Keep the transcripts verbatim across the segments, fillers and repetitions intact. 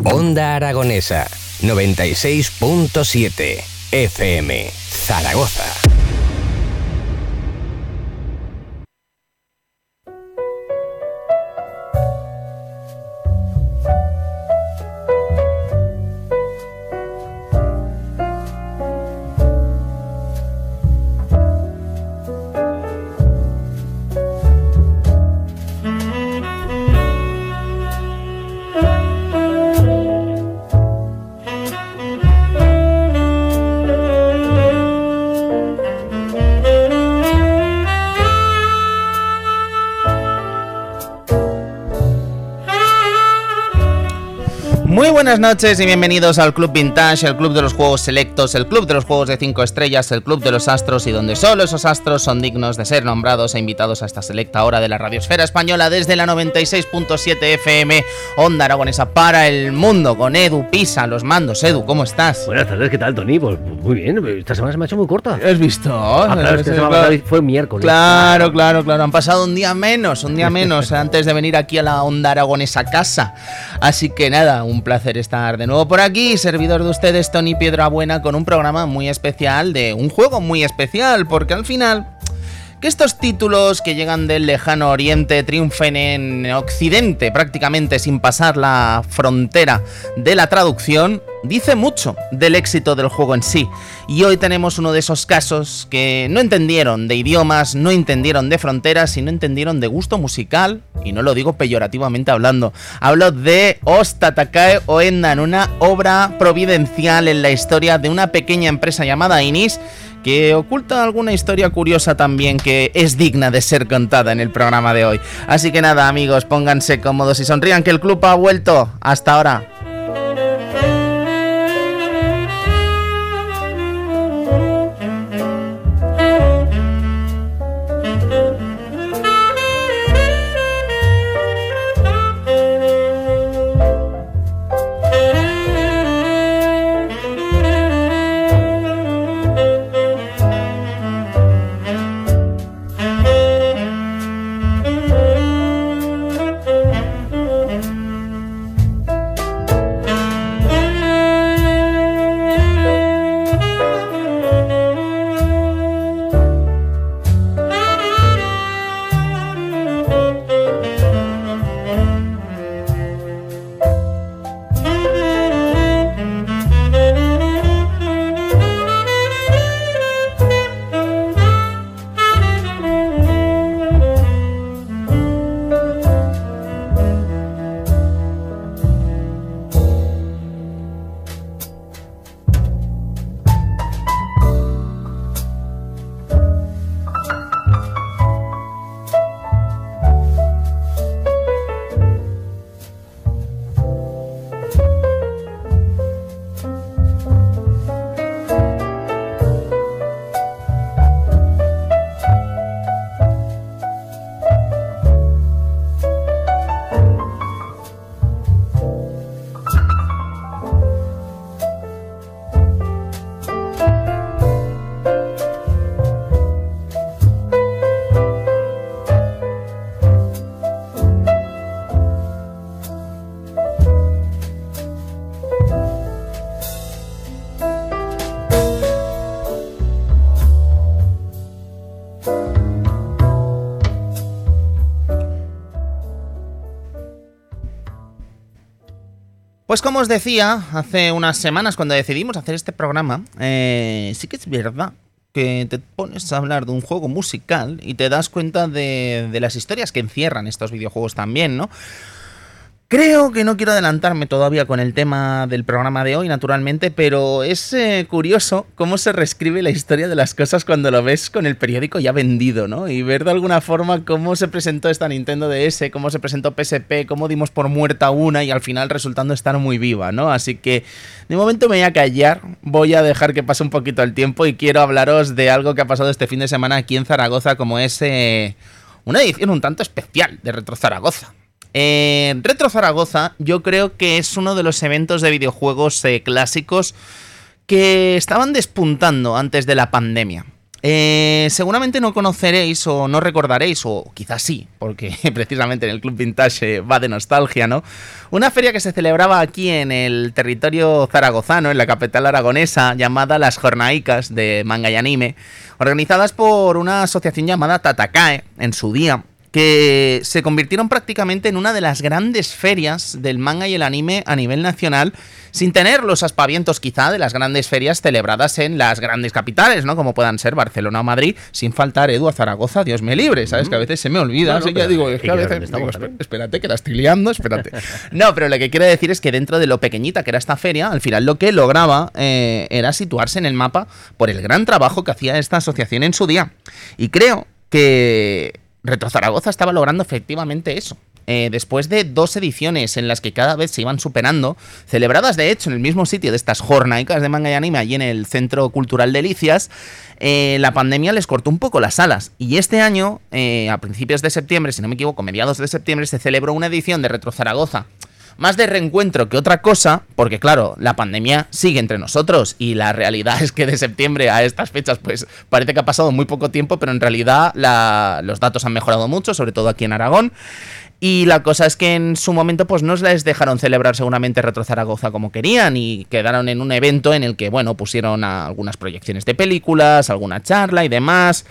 Onda Aragonesa, noventa y seis punto siete F M, Zaragoza. Buenas noches y bienvenidos al Club Vintage, el club de los juegos selectos, el club de los juegos de cinco estrellas, el club de los astros y donde solo esos astros son dignos de ser nombrados e invitados a esta selecta hora de la radiosfera española desde la noventa y seis punto siete F M, Onda Aragonesa para el mundo, con Edu Pisa, los mandos. Edu, ¿cómo estás? Buenas tardes, ¿qué tal, Tony? Pues muy bien, esta semana se me ha hecho muy corta. ¿Has visto? Ah, claro, esta semana claro. Fue miércoles. Claro, claro, claro, han pasado un día menos, un día menos antes de venir aquí a la Onda Aragonesa casa. Así que nada, un placer estar de nuevo por aquí, servidor de ustedes, Tony Piedrabuena, con un programa muy especial de un juego muy especial, porque al final que estos títulos que llegan del lejano oriente triunfen en occidente prácticamente sin pasar la frontera de la traducción dice mucho del éxito del juego en sí. Y hoy tenemos uno de esos casos que no entendieron de idiomas, no entendieron de fronteras y no entendieron de gusto musical, y no lo digo peyorativamente hablando. Hablo de Osta Takae Oendan, una obra providencial en la historia de una pequeña empresa llamada Inis, que oculta alguna historia curiosa también que es digna de ser contada en el programa de hoy. Así que nada, amigos, pónganse cómodos y sonrían, que el club ha vuelto. Hasta ahora. Pues como os decía, hace unas semanas cuando decidimos hacer este programa, eh, sí que es verdad que te pones a hablar de un juego musical y te das cuenta de, de las historias que encierran estos videojuegos también, ¿no? Creo que no quiero adelantarme todavía con el tema del programa de hoy, naturalmente, pero es eh, curioso cómo se reescribe la historia de las cosas cuando lo ves con el periódico ya vendido, ¿no? Y ver de alguna forma cómo se presentó esta Nintendo D S, cómo se presentó P S P, cómo dimos por muerta una y al final resultando estar muy viva, ¿no? Así que de momento me voy a callar, voy a dejar que pase un poquito el tiempo y quiero hablaros de algo que ha pasado este fin de semana aquí en Zaragoza, como es eh, una edición un tanto especial de Retro Zaragoza. Eh, Retro Zaragoza yo creo que es uno de los eventos de videojuegos eh, clásicos que estaban despuntando antes de la pandemia. Eh, seguramente no conoceréis o no recordaréis, o quizás sí, porque precisamente en el Club Vintage va de nostalgia, ¿no? Una feria que se celebraba aquí en el territorio zaragozano, en la capital aragonesa, llamada Las Jornaicas de Manga y Anime, organizadas por una asociación llamada Tatakae en su día, que se convirtieron prácticamente en una de las grandes ferias del manga y el anime a nivel nacional, sin tener los aspavientos quizá de las grandes ferias celebradas en las grandes capitales, ¿no? Como puedan ser Barcelona o Madrid, sin faltar Edu a Zaragoza, Dios me libre, ¿sabes? Que a veces se me olvida, no, no, así que digo, es que a veces digo, espérate, espérate, que la estoy liando, espérate. No, pero lo que quiero decir es que dentro de lo pequeñita que era esta feria, al final lo que lograba eh, era situarse en el mapa por el gran trabajo que hacía esta asociación en su día. Y creo que Retro Zaragoza estaba logrando efectivamente eso. Eh, después de dos ediciones en las que cada vez se iban superando, celebradas de hecho en el mismo sitio de estas jornaicas de manga y anime, allí en el Centro Cultural Delicias, eh, la pandemia les cortó un poco las alas. Y este año, eh, a principios de septiembre, si no me equivoco, mediados de septiembre, se celebró una edición de Retro Zaragoza. Más de reencuentro que otra cosa, porque claro, la pandemia sigue entre nosotros y la realidad es que de septiembre a estas fechas pues parece que ha pasado muy poco tiempo, pero en realidad la, los datos han mejorado mucho, sobre todo aquí en Aragón. Y la cosa es que en su momento pues no les dejaron celebrar seguramente Retro Zaragoza como querían y quedaron en un evento en el que, bueno, pusieron algunas proyecciones de películas, alguna charla y demás.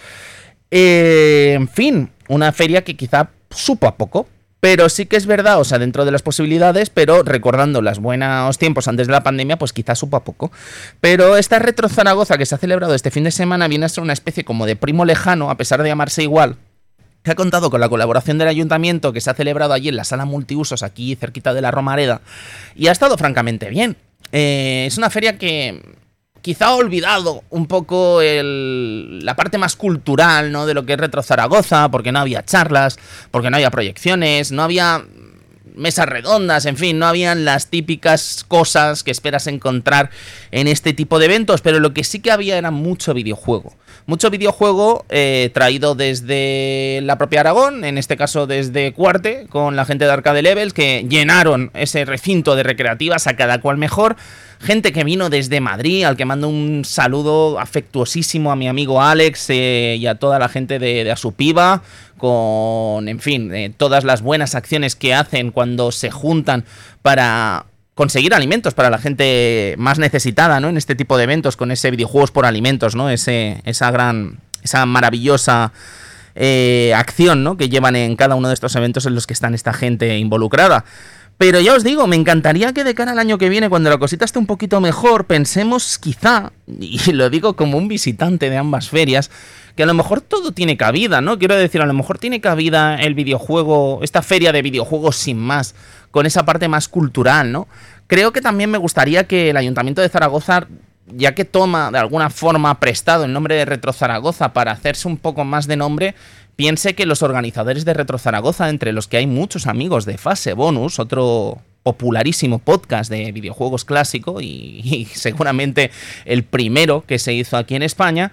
Eh, en fin, una feria que quizá supo a poco. Pero sí que es verdad, o sea, dentro de las posibilidades, pero recordando los buenos tiempos antes de la pandemia, pues quizás supo a poco. Pero esta Retro Zaragoza que se ha celebrado este fin de semana viene a ser una especie como de primo lejano, a pesar de llamarse igual, que ha contado con la colaboración del ayuntamiento, que se ha celebrado allí en la sala multiusos, aquí cerquita de la Romareda, y ha estado francamente bien. Eh, es una feria que quizá ha olvidado un poco el, la parte más cultural, ¿no?, de lo que es Retro Zaragoza, porque no había charlas, porque no había proyecciones, no había mesas redondas, en fin, no habían las típicas cosas que esperas encontrar en este tipo de eventos, pero lo que sí que había era mucho videojuego. Mucho videojuego eh, traído desde la propia Aragón, en este caso desde Cuarte, con la gente de Arcade Levels, que llenaron ese recinto de recreativas a cada cual mejor. Gente que vino desde Madrid, al que mando un saludo afectuosísimo a mi amigo Alex eh, y a toda la gente de, de Asupiva, con, en fin, eh, todas las buenas acciones que hacen cuando se juntan para conseguir alimentos para la gente más necesitada, ¿no?, en este tipo de eventos, con ese videojuegos por alimentos, ¿no?, ese, esa gran, esa maravillosa eh, acción, ¿no?, que llevan en cada uno de estos eventos en los que están esta gente involucrada. Pero ya os digo, me encantaría que de cara al año que viene, cuando la cosita esté un poquito mejor, pensemos quizá, y lo digo como un visitante de ambas ferias, que a lo mejor todo tiene cabida, ¿no? Quiero decir, a lo mejor tiene cabida el videojuego, esta feria de videojuegos sin más, con esa parte más cultural, ¿no? Creo que también me gustaría que el Ayuntamiento de Zaragoza, ya que toma de alguna forma prestado el nombre de Retro Zaragoza para hacerse un poco más de nombre, piense que los organizadores de Retro Zaragoza, entre los que hay muchos amigos de Fase Bonus, otro popularísimo podcast de videojuegos clásico y, y seguramente el primero que se hizo aquí en España,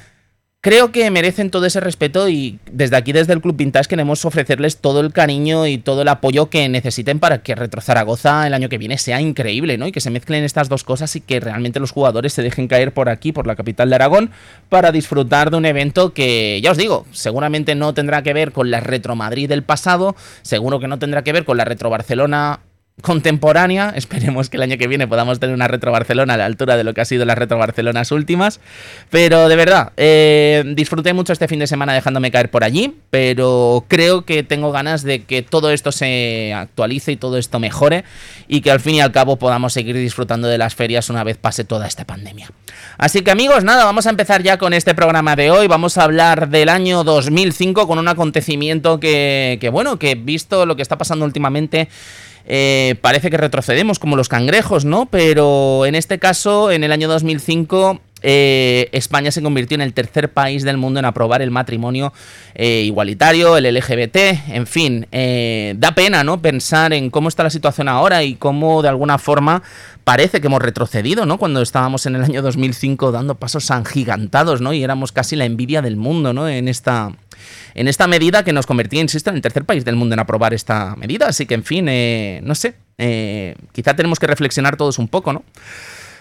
creo que merecen todo ese respeto y desde aquí, desde el Club Vintage, queremos ofrecerles todo el cariño y todo el apoyo que necesiten para que Retro Zaragoza el año que viene sea increíble, ¿no? Y que se mezclen estas dos cosas y que realmente los jugadores se dejen caer por aquí, por la capital de Aragón, para disfrutar de un evento que, ya os digo, seguramente no tendrá que ver con la Retro Madrid del pasado, seguro que no tendrá que ver con la Retro Barcelona contemporánea. Esperemos que el año que viene podamos tener una Retro Barcelona a la altura de lo que ha sido las Retro Barcelonas últimas, pero de verdad eh, disfruté mucho este fin de semana dejándome caer por allí, pero creo que tengo ganas de que todo esto se actualice y todo esto mejore y que al fin y al cabo podamos seguir disfrutando de las ferias una vez pase toda esta pandemia. Así que amigos, nada, vamos a empezar ya con este programa de hoy. Vamos a hablar del año dos mil cinco con un acontecimiento que, que bueno, que visto lo que está pasando últimamente, Eh, parece que retrocedemos como los cangrejos, ¿no? Pero en este caso, en el año dos mil cinco, eh, España se convirtió en el tercer país del mundo en aprobar el matrimonio eh, igualitario, el L G B T, en fin. Eh, da pena, ¿no?, pensar en cómo está la situación ahora y cómo de alguna forma parece que hemos retrocedido, ¿no?, cuando estábamos en el año dos mil cinco dando pasos agigantados, ¿no?, y éramos casi la envidia del mundo, ¿no?, en esta... en esta medida que nos convertía, insisto, en el tercer país del mundo en aprobar esta medida. Así que, en fin, eh, no sé, eh, quizá tenemos que reflexionar todos un poco, ¿no?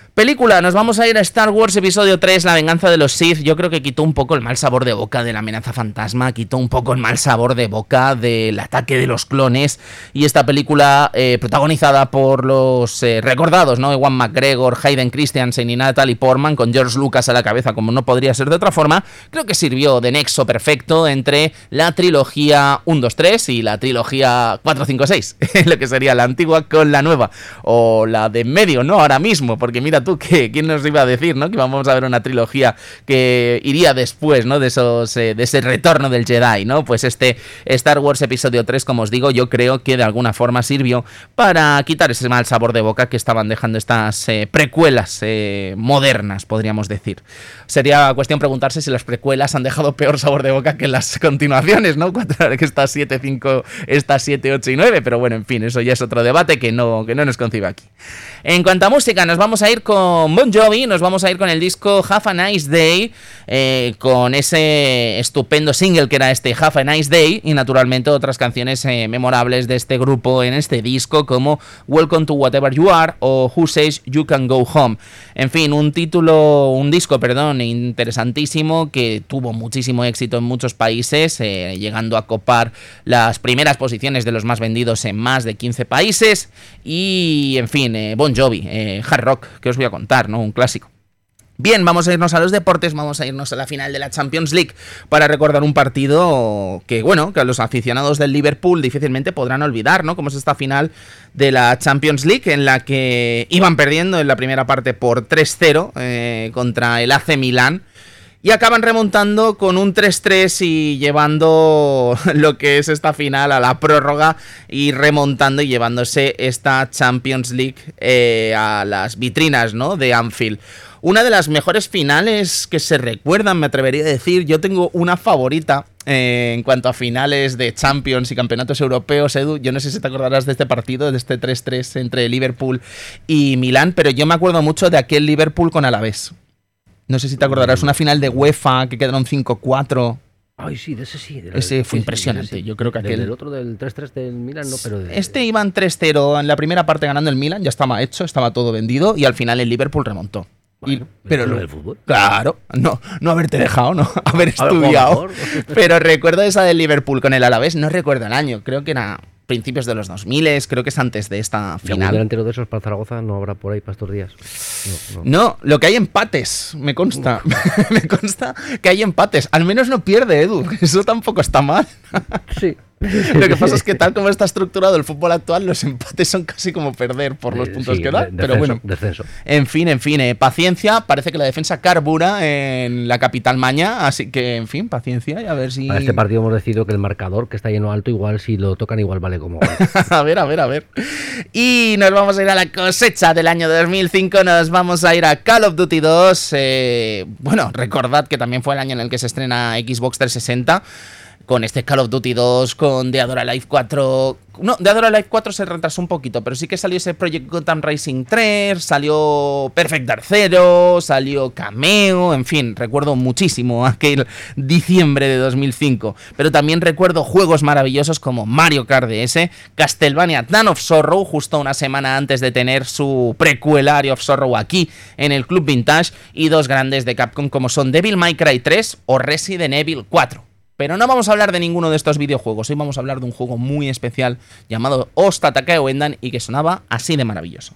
Película, nos vamos a ir a Star Wars Episodio tres, La venganza de los Sith. Yo creo que quitó un poco el mal sabor de boca de la amenaza fantasma, quitó un poco el mal sabor de boca del ataque de los clones, y esta película eh, protagonizada por los eh, recordados, ¿no? Ewan McGregor, Hayden Christensen y Natalie Portman, con George Lucas a la cabeza, como no podría ser de otra forma, creo que sirvió de nexo perfecto entre la trilogía uno, dos, tres y la trilogía cuatro, cinco, seis, lo que sería la antigua con la nueva, o la de en medio, ¿no? Ahora mismo, porque mira tú, que quién nos iba a decir, ¿no? Que vamos a ver una trilogía que iría después, ¿no? De esos eh, de ese retorno del Jedi, ¿no? Pues este Star Wars Episodio tres, como os digo, yo creo que de alguna forma sirvió para quitar ese mal sabor de boca que estaban dejando estas eh, precuelas eh, modernas, podríamos decir. Sería cuestión preguntarse si las precuelas han dejado peor sabor de boca que las continuaciones, ¿no? Que estas siete, cinco, estas siete, ocho y nueve, pero bueno, en fin, eso ya es otro debate que no, que no nos concibe aquí. En cuanto a música, nos vamos a ir con Bon Jovi, nos vamos a ir con el disco Have a Nice Day, eh, con ese estupendo single que era este Have a Nice Day, y naturalmente otras canciones eh, memorables de este grupo en este disco, como Welcome to Whatever You Are o Who Says You Can Go Home. En fin, un título, un disco, perdón, interesantísimo, que tuvo muchísimo éxito en muchos países, eh, llegando a copar las primeras posiciones de los más vendidos en más de quince países, y en fin, eh, Bon Jovi, eh, hard rock, que os voy a contar, ¿no? Un clásico. Bien, vamos a irnos a los deportes, vamos a irnos a la final de la Champions League para recordar un partido que, bueno, que los aficionados del Liverpool difícilmente podrán olvidar, ¿no? Como es esta final de la Champions League en la que iban perdiendo en la primera parte por tres cero eh, contra el A C Milán, y acaban remontando con un tres tres y llevando lo que es esta final a la prórroga, y remontando y llevándose esta Champions League eh, a las vitrinas, ¿no? De Anfield. Una de las mejores finales que se recuerdan, me atrevería a decir. Yo tengo una favorita eh, en cuanto a finales de Champions y campeonatos europeos, Edu. Yo no sé si te acordarás de este partido, de este tres tres entre Liverpool y Milán, pero yo me acuerdo mucho de aquel Liverpool con Alavés. No sé si te acordarás, una final de UEFA que quedaron cinco cuatro. Ay, sí, de ese sí. De la, ese fue sí, impresionante, sí, yo creo que aquel... Del otro, del tres tres del Milan, no, pero... De... Este iban tres cero en la primera parte ganando el Milan, ya estaba hecho, estaba todo vendido, y al final el Liverpool remontó. Bueno, y, pero lo lo, del fútbol. Claro, no, no haberte dejado, no haber estudiado. Pero recuerdo esa del Liverpool con el Alavés, no recuerdo el año, creo que era principios de los dos mil, creo que es antes de esta final. ¿Un delantero de esos para Zaragoza no habrá por ahí para estos días? No, no. no lo que hay empates, me consta. Me consta que hay empates. Al menos no pierde, Edu, eso tampoco está mal. Sí. Lo que pasa es que tal como está estructurado el fútbol actual, los empates son casi como perder por los puntos sí, que dan. De, pero descenso, bueno, descenso. En fin, en fin, eh, paciencia. Parece que la defensa carbura en la capital maña, así que, en fin, paciencia y a ver si... Para este partido hemos decidido que el marcador, que está lleno alto, igual si lo tocan igual vale como gol. A ver, a ver, a ver. Y nos vamos a ir a la cosecha del año dos mil cinco, nos vamos a ir a Call of Duty dos. Eh, bueno, recordad que también fue el año en el que se estrena Xbox trescientos sesenta. Con este Call of Duty dos, con Dead or Alive cuatro... No, Dead or Alive cuatro se retrasó un poquito, pero sí que salió ese Project Gotham Racing tres, salió Perfect Dark Zero, salió Cameo, en fin, recuerdo muchísimo aquel diciembre de dos mil cinco. Pero también recuerdo juegos maravillosos como Mario Kart D S, Castlevania Dawn of Sorrow, justo una semana antes de tener su precuela Area of Sorrow aquí en el Club Vintage, y dos grandes de Capcom como son Devil May Cry tres o Resident Evil cuatro. Pero no vamos a hablar de ninguno de estos videojuegos, hoy vamos a hablar de un juego muy especial llamado Osta Takeo Endan y que sonaba así de maravilloso.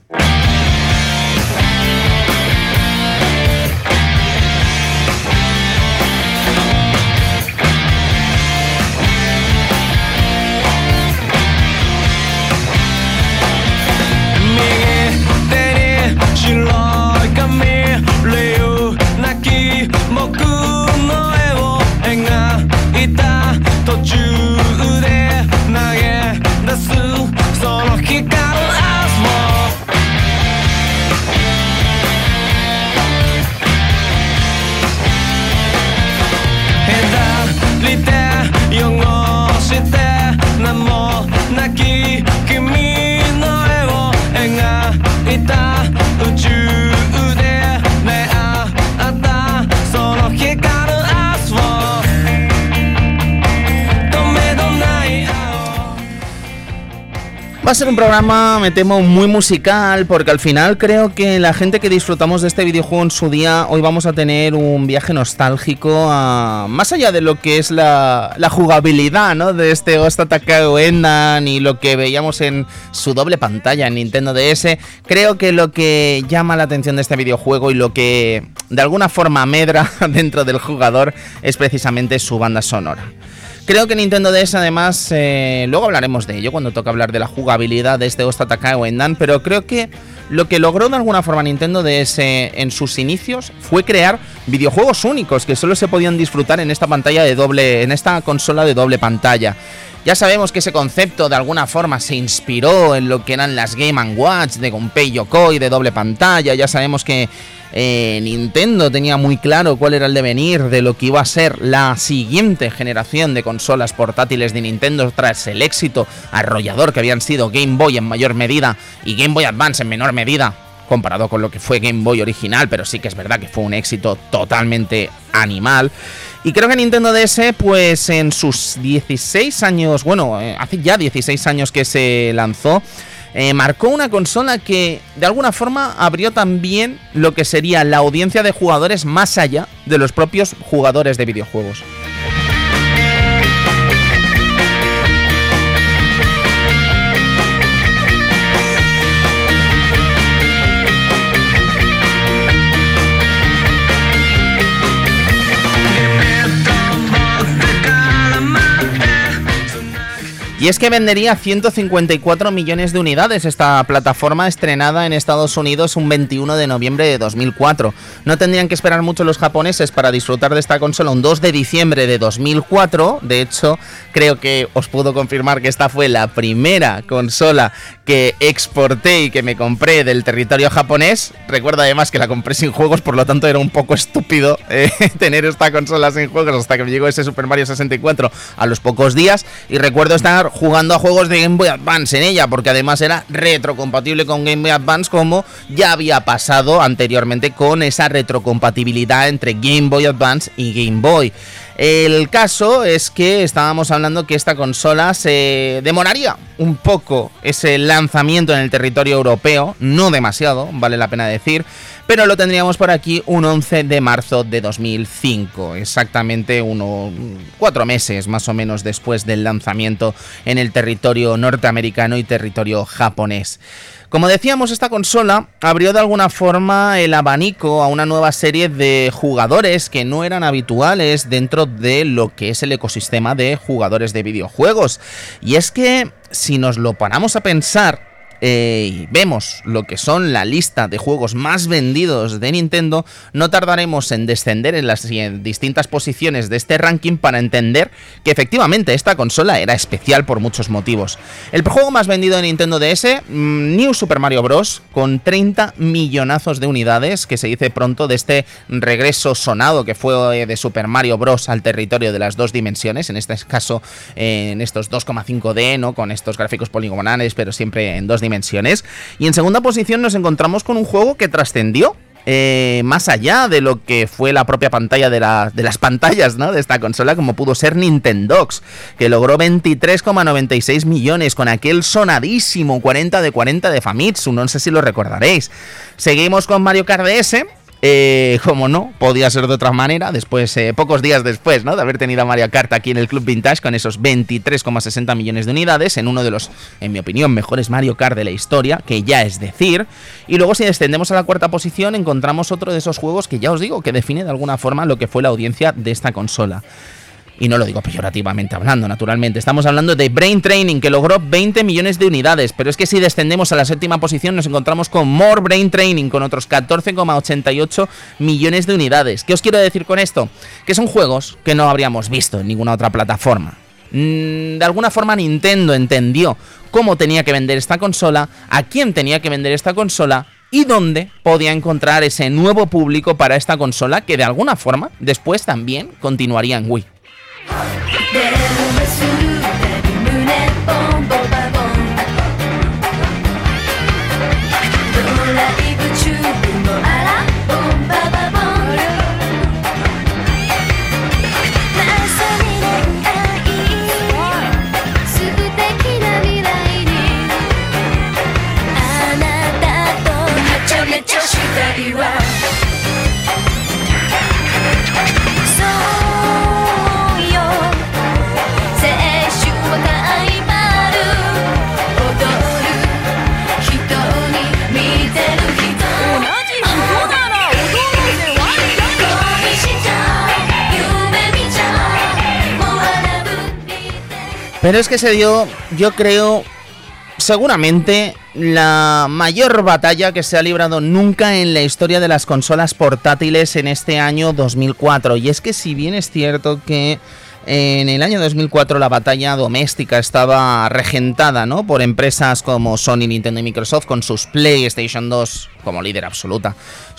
Va a ser un programa, me temo, muy musical, porque al final creo que la gente que disfrutamos de este videojuego en su día, hoy vamos a tener un viaje nostálgico a, más allá de lo que es la, la jugabilidad, ¿no?, de este Ghost Attack Goendan y lo que veíamos en su doble pantalla en Nintendo D S. Creo que lo que llama la atención de este videojuego y lo que de alguna forma medra dentro del jugador es precisamente su banda sonora. Creo que Nintendo D S además, eh, luego hablaremos de ello cuando toque hablar de la jugabilidad de este Ghost Attack Goendan, pero creo que lo que logró de alguna forma Nintendo D S en sus inicios fue crear videojuegos únicos que solo se podían disfrutar en esta pantalla de doble, en esta consola de doble pantalla. Ya sabemos que ese concepto de alguna forma se inspiró en lo que eran las Game and Watch de Gunpei Yokoi de doble pantalla. Ya sabemos que eh, Nintendo tenía muy claro cuál era el devenir de lo que iba a ser la siguiente generación de consolas portátiles de Nintendo tras el éxito arrollador que habían sido Game Boy en mayor medida y Game Boy Advance en menor medida comparado con lo que fue Game Boy original, pero sí que es verdad que fue un éxito totalmente animal. Y creo que Nintendo D S, pues en sus dieciséis años, bueno, eh, hace ya dieciséis años que se lanzó, eh, marcó una consola que de alguna forma abrió también lo que sería la audiencia de jugadores más allá de los propios jugadores de videojuegos. Y es que vendería ciento cincuenta y cuatro millones de unidades esta plataforma, estrenada en Estados Unidos un veintiuno de noviembre de dos mil cuatro. No tendrían que esperar mucho los japoneses para disfrutar de esta consola un dos de diciembre de dos mil cuatro. De hecho, creo que os puedo confirmar que esta fue la primera consola que exporté y que me compré del territorio japonés. Recuerdo además que la compré sin juegos, por lo tanto era un poco estúpido eh, tener esta consola sin juegos hasta que me llegó ese Super Mario sesenta y cuatro a los pocos días. Y recuerdo estar jugando a juegos de Game Boy Advance en ella, porque además era retrocompatible con Game Boy Advance, como ya había pasado anteriormente con esa retrocompatibilidad entre Game Boy Advance y Game Boy. El caso es que estábamos hablando que esta consola se demoraría un poco ese lanzamiento en el territorio europeo, no demasiado, vale la pena decir, pero lo tendríamos por aquí un once de marzo de dos mil cinco, exactamente unos cuatro meses más o menos después del lanzamiento en el territorio norteamericano y territorio japonés. Como decíamos, esta consola abrió de alguna forma el abanico a una nueva serie de jugadores que no eran habituales dentro de lo que es el ecosistema de jugadores de videojuegos. Y es que si nos lo paramos a pensar, Eh, y vemos lo que son la lista de juegos más vendidos de Nintendo, no tardaremos en descender en las distintas posiciones de este ranking para entender que efectivamente esta consola era especial por muchos motivos. El juego más vendido de Nintendo D S, New Super Mario Bros., con treinta millonazos de unidades, que se dice pronto de este regreso sonado que fue de Super Mario Bros. Al territorio de las dos dimensiones, en este caso en estos dos coma cinco D, ¿no?, con estos gráficos poligonales, pero siempre en dos dimensiones. Y en segunda posición nos encontramos con un juego que trascendió eh, más allá de lo que fue la propia pantalla de, la, de las pantallas, ¿no?, de esta consola, como pudo ser Nintendox, que logró veintitrés coma noventa y seis millones con aquel sonadísimo cuarenta de cuarenta de Famitsu, no sé si lo recordaréis. Seguimos con Mario Kart D S. Eh, como no, podía ser de otra manera, después, eh, pocos días después, ¿no?, de haber tenido a Mario Kart aquí en el Club Vintage con esos veintitrés coma sesenta millones de unidades en uno de los, en mi opinión, mejores Mario Kart de la historia, que ya es decir. Y luego, si descendemos a la cuarta posición, encontramos otro de esos juegos que ya os digo que define de alguna forma lo que fue la audiencia de esta consola. Y no lo digo peyorativamente hablando, naturalmente. Estamos hablando de Brain Training, que logró veinte millones de unidades. Pero es que si descendemos a la séptima posición, nos encontramos con More Brain Training, con otros catorce coma ochenta y ocho millones de unidades. ¿Qué os quiero decir con esto? Que son juegos que no habríamos visto en ninguna otra plataforma. De alguna forma Nintendo entendió cómo tenía que vender esta consola, a quién tenía que vender esta consola y dónde podía encontrar ese nuevo público para esta consola, que de alguna forma después también continuaría en Wii. Pero es que se dio, yo creo, seguramente la mayor batalla que se ha librado nunca en la historia de las consolas portátiles en este año dos mil cuatro. Y es que si bien es cierto que en el año dos mil cuatro la batalla doméstica estaba regentada, ¿no?, por empresas como Sony, Nintendo y Microsoft con sus PlayStation dos como líder absoluta,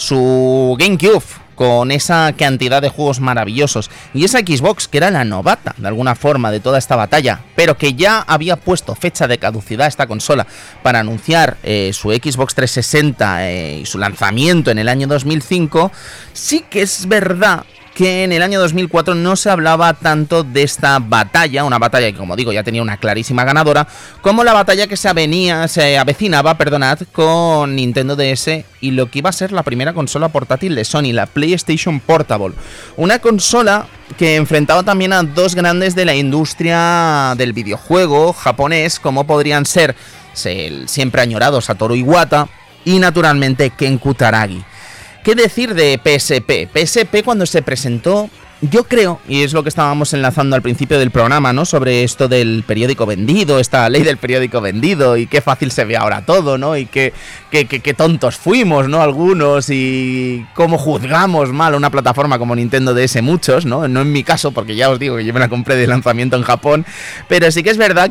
su GameCube con esa cantidad de juegos maravillosos y esa Xbox que era la novata de alguna forma de toda esta batalla, pero que ya había puesto fecha de caducidad a esta consola para anunciar eh, su Xbox trescientos sesenta eh, y su lanzamiento en el año dos mil cinco, sí que es verdad que en el año dos mil cuatro no se hablaba tanto de esta batalla, una batalla que, como digo, ya tenía una clarísima ganadora, como la batalla que se avenía, se avecinaba, perdonad, con Nintendo D S y lo que iba a ser la primera consola portátil de Sony, la PlayStation Portable. Una consola que enfrentaba también a dos grandes de la industria del videojuego japonés, como podrían ser el siempre añorado Satoru Iwata y, naturalmente, Ken Kutaragi. ¿Qué decir de P S P? P S P cuando se presentó, yo creo, y es lo que estábamos enlazando al principio del programa, ¿no?, sobre esto del periódico vendido, esta ley del periódico vendido y qué fácil se ve ahora todo, ¿no?, y qué, qué, qué, qué tontos fuimos, ¿no?, algunos, y cómo juzgamos mal a una plataforma como Nintendo D S muchos, ¿no?, no en mi caso, porque ya os digo que yo me la compré de lanzamiento en Japón, pero sí que es verdad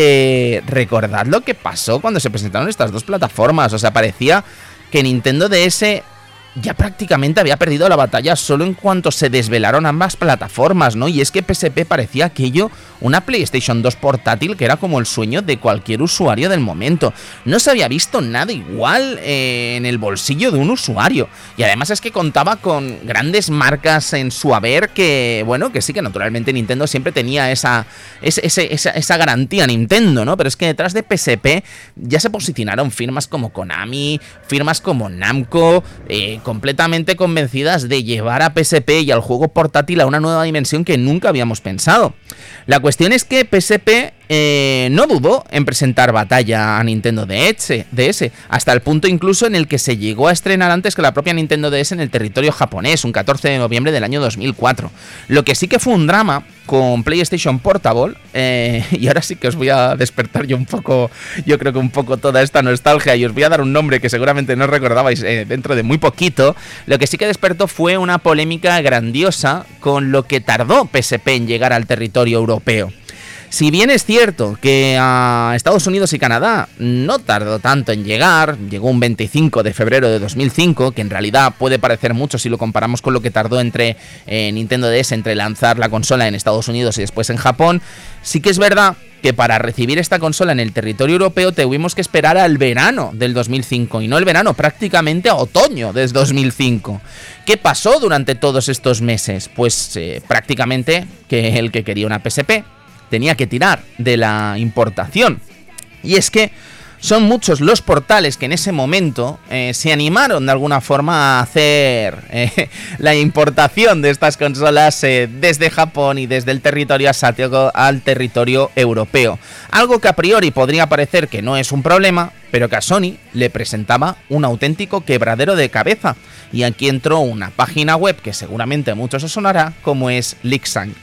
que recordad lo que pasó cuando se presentaron estas dos plataformas. O sea, parecía que Nintendo D S ya prácticamente había perdido la batalla solo en cuanto se desvelaron ambas plataformas, ¿no? Y es que P S P parecía aquello una PlayStation dos portátil que era como el sueño de cualquier usuario del momento. No se había visto nada igual eh, en el bolsillo de un usuario. Y además es que contaba con grandes marcas en su haber que, bueno, que sí que naturalmente Nintendo siempre tenía esa, ese, ese, esa, esa garantía Nintendo, ¿no? Pero es que detrás de P S P ya se posicionaron firmas como Konami, firmas como Namco, eh, completamente convencidas de llevar a P S P y al juego portátil a una nueva dimensión que nunca habíamos pensado. La cuestión es que P S P eh, no dudó en presentar batalla a Nintendo D S, hasta el punto incluso en el que se llegó a estrenar antes que la propia Nintendo D S en el territorio japonés, un catorce de noviembre del año dos mil cuatro. Lo que sí que fue un drama con PlayStation Portable, eh, y ahora sí que os voy a despertar yo un poco, yo creo que un poco toda esta nostalgia, y os voy a dar un nombre que seguramente no recordabais eh, dentro de muy poquito. Lo que sí que despertó fue una polémica grandiosa con lo que tardó P S P en llegar al territorio europeo. Si bien es cierto que a Estados Unidos y Canadá no tardó tanto en llegar, llegó un veinticinco de febrero de dos mil cinco, que en realidad puede parecer mucho si lo comparamos con lo que tardó entre eh, Nintendo D S entre lanzar la consola en Estados Unidos y después en Japón, sí que es verdad que para recibir esta consola en el territorio europeo tuvimos que esperar al verano del dos mil cinco, y no el verano, prácticamente a otoño del dos mil cinco. ¿Qué pasó durante todos estos meses? Pues eh, prácticamente que el que quería una P S P tenía que tirar de la importación. Y es que son muchos los portales que en ese momento eh, se animaron de alguna forma a hacer eh, la importación de estas consolas eh, desde Japón y desde el territorio asiático al territorio europeo. Algo que a priori podría parecer que no es un problema, pero que a Sony le presentaba un auténtico quebradero de cabeza. Y aquí entró una página web que seguramente a muchos os sonará, como es Lixang.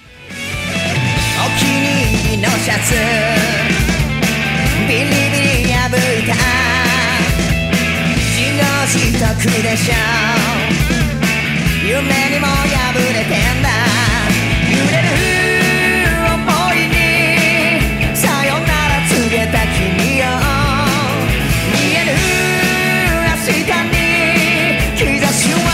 のシャツビリビリ破いた自業自得でしょ夢にも破れてんだ揺れる想いにさよなら告げた君よ見える明日に兆しは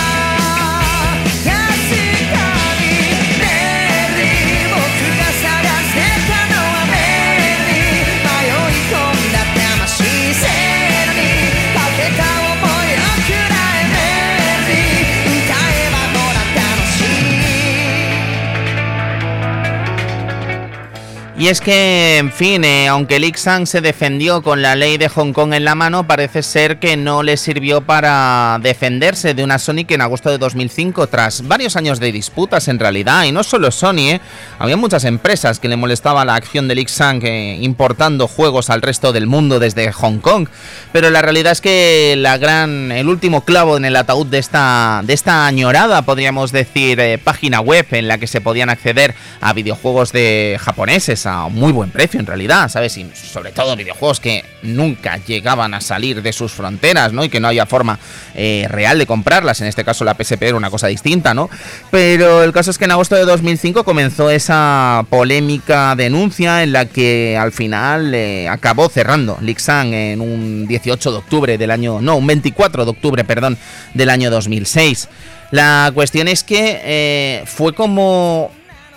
Y es que, en fin, eh, aunque Lixang se defendió con la ley de Hong Kong en la mano, parece ser que no le sirvió para defenderse de una Sony que en agosto de dos mil cinco, tras varios años de disputas en realidad, y no solo Sony, eh, había muchas empresas que le molestaba la acción de Lixang eh, importando juegos al resto del mundo desde Hong Kong, pero la realidad es que la gran, el último clavo en el ataúd de esta, de esta añorada, podríamos decir, eh, página web en la que se podían acceder a videojuegos de japoneses, a a muy buen precio en realidad, ¿sabes? Y sobre todo videojuegos que nunca llegaban a salir de sus fronteras, ¿no? Y que no había forma eh, real de comprarlas. En este caso la P S P era una cosa distinta, ¿no? Pero el caso es que en agosto de dos mil cinco comenzó esa polémica denuncia en la que al final eh, acabó cerrando Lixang en un dieciocho de octubre del año... No, un veinticuatro de octubre, perdón, del año dos mil seis. La cuestión es que eh, fue como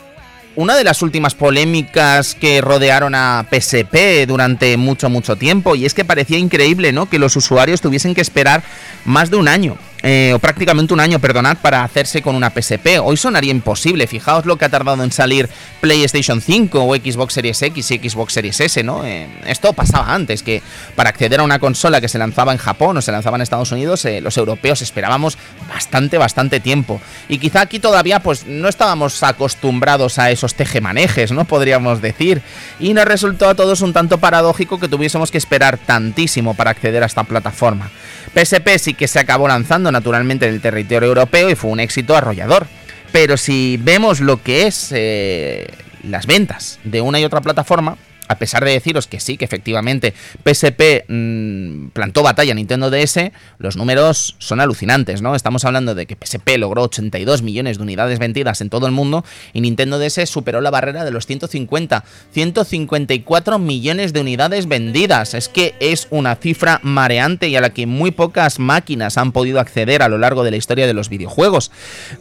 una de las últimas polémicas que rodearon a P S P durante mucho, mucho tiempo, y es que parecía increíble, ¿no?, que los usuarios tuviesen que esperar más de un año. Eh, o prácticamente un año, perdonad, para hacerse con una P S P. Hoy sonaría imposible. Fijaos lo que ha tardado en salir PlayStation cinco o Xbox Series X y Xbox Series S, ¿no? Eh, esto pasaba antes, que para acceder a una consola que se lanzaba en Japón o se lanzaba en Estados Unidos, eh, los europeos esperábamos bastante, bastante tiempo. Y quizá aquí todavía pues no estábamos acostumbrados a esos tejemanejes, ¿no?, podríamos decir. Y nos resultó a todos un tanto paradójico que tuviésemos que esperar tantísimo para acceder a esta plataforma. P S P sí que se acabó lanzando naturalmente en el territorio europeo y fue un éxito arrollador. Pero si vemos lo que es eh, las ventas de una y otra plataforma, a pesar de deciros que sí, que efectivamente P S P mmm, plantó batalla a Nintendo D S, los números son alucinantes, ¿no? Estamos hablando de que P S P logró ochenta y dos millones de unidades vendidas en todo el mundo y Nintendo D S superó la barrera de los ciento cincuenta, ciento cincuenta y cuatro millones de unidades vendidas. Es que es una cifra mareante y a la que muy pocas máquinas han podido acceder a lo largo de la historia de los videojuegos.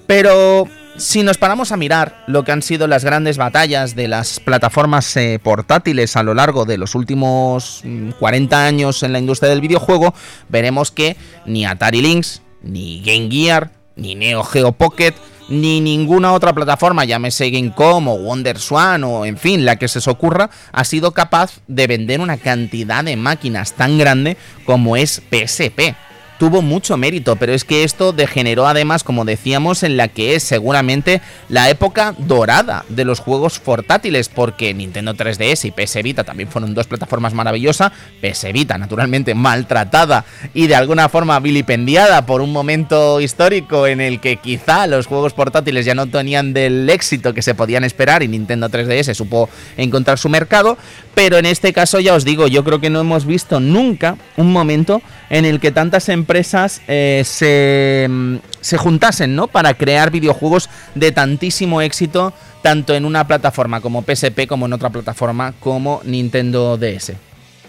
Pero si nos paramos a mirar lo que han sido las grandes batallas de las plataformas eh, portátiles a lo largo de los últimos cuarenta años en la industria del videojuego, veremos que ni Atari Lynx, ni Game Gear, ni Neo Geo Pocket, ni ninguna otra plataforma, llámese Gamecom o WonderSwan o en fin, la que se os ocurra, ha sido capaz de vender una cantidad de máquinas tan grande como es P S P. Tuvo mucho mérito, pero es que esto degeneró además, como decíamos, en la que es seguramente la época dorada de los juegos portátiles, porque Nintendo tres D S y P S Vita también fueron dos plataformas maravillosas. P S Vita naturalmente maltratada y de alguna forma vilipendiada por un momento histórico en el que quizá los juegos portátiles ya no tenían del éxito que se podían esperar y Nintendo tres D S supo encontrar su mercado, pero en este caso ya os digo, yo creo que no hemos visto nunca un momento en el que tantas empresas eh, se, se juntasen, ¿no?, para crear videojuegos de tantísimo éxito, tanto en una plataforma como P S P como en otra plataforma como Nintendo D S.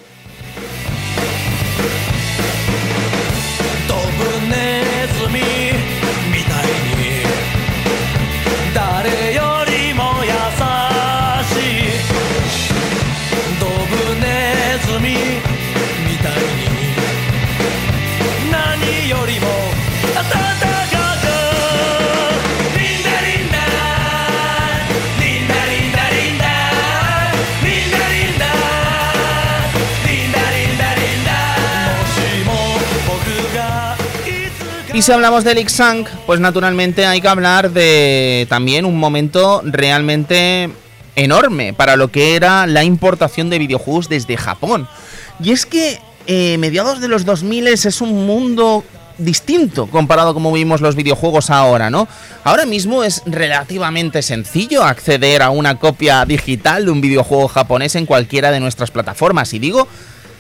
Y si hablamos de Lixang, pues naturalmente hay que hablar de también un momento realmente enorme para lo que era la importación de videojuegos desde Japón. Y es que eh, mediados de los dos mil es un mundo distinto comparado a cómo vimos los videojuegos ahora, ¿no? Ahora mismo es relativamente sencillo acceder a una copia digital de un videojuego japonés en cualquiera de nuestras plataformas. Y digo,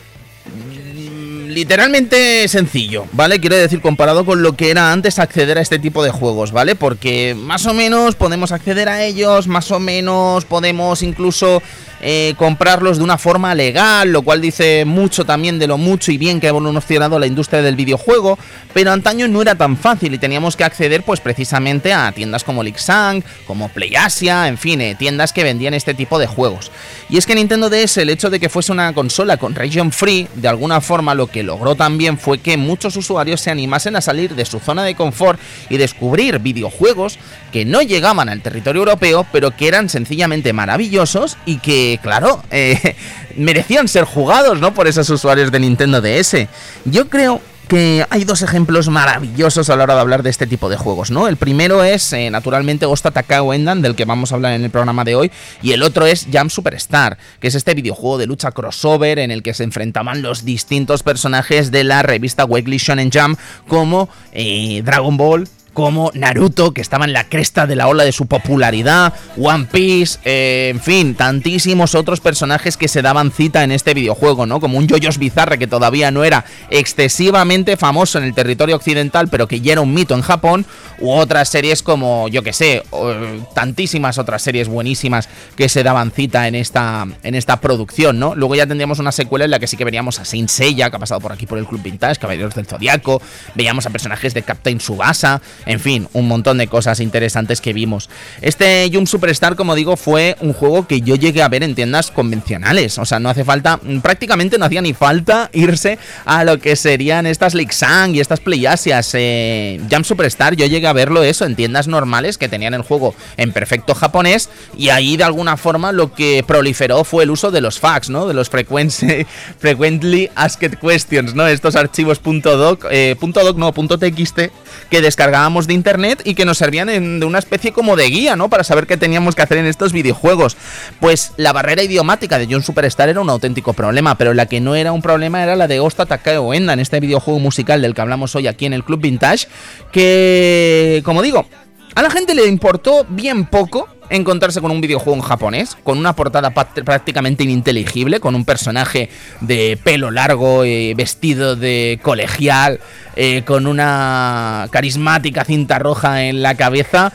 literalmente sencillo, ¿vale? Quiero decir, comparado con lo que era antes acceder a este tipo de juegos, ¿vale? Porque más o menos podemos acceder a ellos, más o menos podemos incluso eh, comprarlos de una forma legal, lo cual dice mucho también de lo mucho y bien que ha evolucionado la industria del videojuego, pero antaño no era tan fácil y teníamos que acceder pues precisamente a tiendas como Lixang, como PlayAsia, en fin, eh, tiendas que vendían este tipo de juegos. Y es que Nintendo D S, el hecho de que fuese una consola con region free, de alguna forma lo que logró también fue que muchos usuarios se animasen a salir de su zona de confort y descubrir videojuegos que no llegaban al territorio europeo, pero que eran sencillamente maravillosos y que, claro, eh, merecían ser jugados, ¿no?, por esos usuarios de Nintendo D S. Yo creo que hay dos ejemplos maravillosos a la hora de hablar de este tipo de juegos, ¿no? El primero es, eh, naturalmente, Ghost Takao Endan, del que vamos a hablar en el programa de hoy, y el otro es Jump Superstar, que es este videojuego de lucha crossover en el que se enfrentaban los distintos personajes de la revista Weekly Shonen Jump, como eh, Dragon Ball, como Naruto, que estaba en la cresta de la ola de su popularidad, One Piece, eh, en fin, tantísimos otros personajes que se daban cita en este videojuego, ¿no? Como un JoJo's Bizarre, que todavía no era excesivamente famoso en el territorio occidental, pero que ya era un mito en Japón, u otras series como, yo que sé, tantísimas otras series buenísimas que se daban cita en esta, en esta producción, ¿no? Luego ya tendríamos una secuela en la que sí que veríamos a Saint Seiya, que ha pasado por aquí por el Club Vintage, Caballeros del Zodiaco, veíamos a personajes de Captain Tsubasa, en fin, un montón de cosas interesantes que vimos. Este Jump Superstar, como digo, fue un juego que yo llegué a ver en tiendas convencionales, o sea, no hace falta, prácticamente no hacía ni falta irse a lo que serían estas Lixang y estas Playasias. eh, Jump Superstar yo llegué a verlo eso en tiendas normales que tenían el juego en perfecto japonés, y ahí de alguna forma lo que proliferó fue el uso de los fax, ¿no? De los frequency, frequently asked questions, ¿no? Estos archivos .doc, eh, .doc no, .txt que descargábamos de internet y que nos servían en, de una especie como de guía, ¿no? Para saber qué teníamos que hacer en estos videojuegos. Pues la barrera idiomática de Jump Superstar era un auténtico problema, pero la que no era un problema era la de Osta Takeo Enda en este videojuego musical del que hablamos hoy aquí en el Club Vintage, que, como digo, a la gente le importó bien poco encontrarse con un videojuego en japonés, con una portada prácticamente ininteligible, con un personaje de pelo largo, eh, vestido de colegial, eh, con una carismática cinta roja en la cabeza.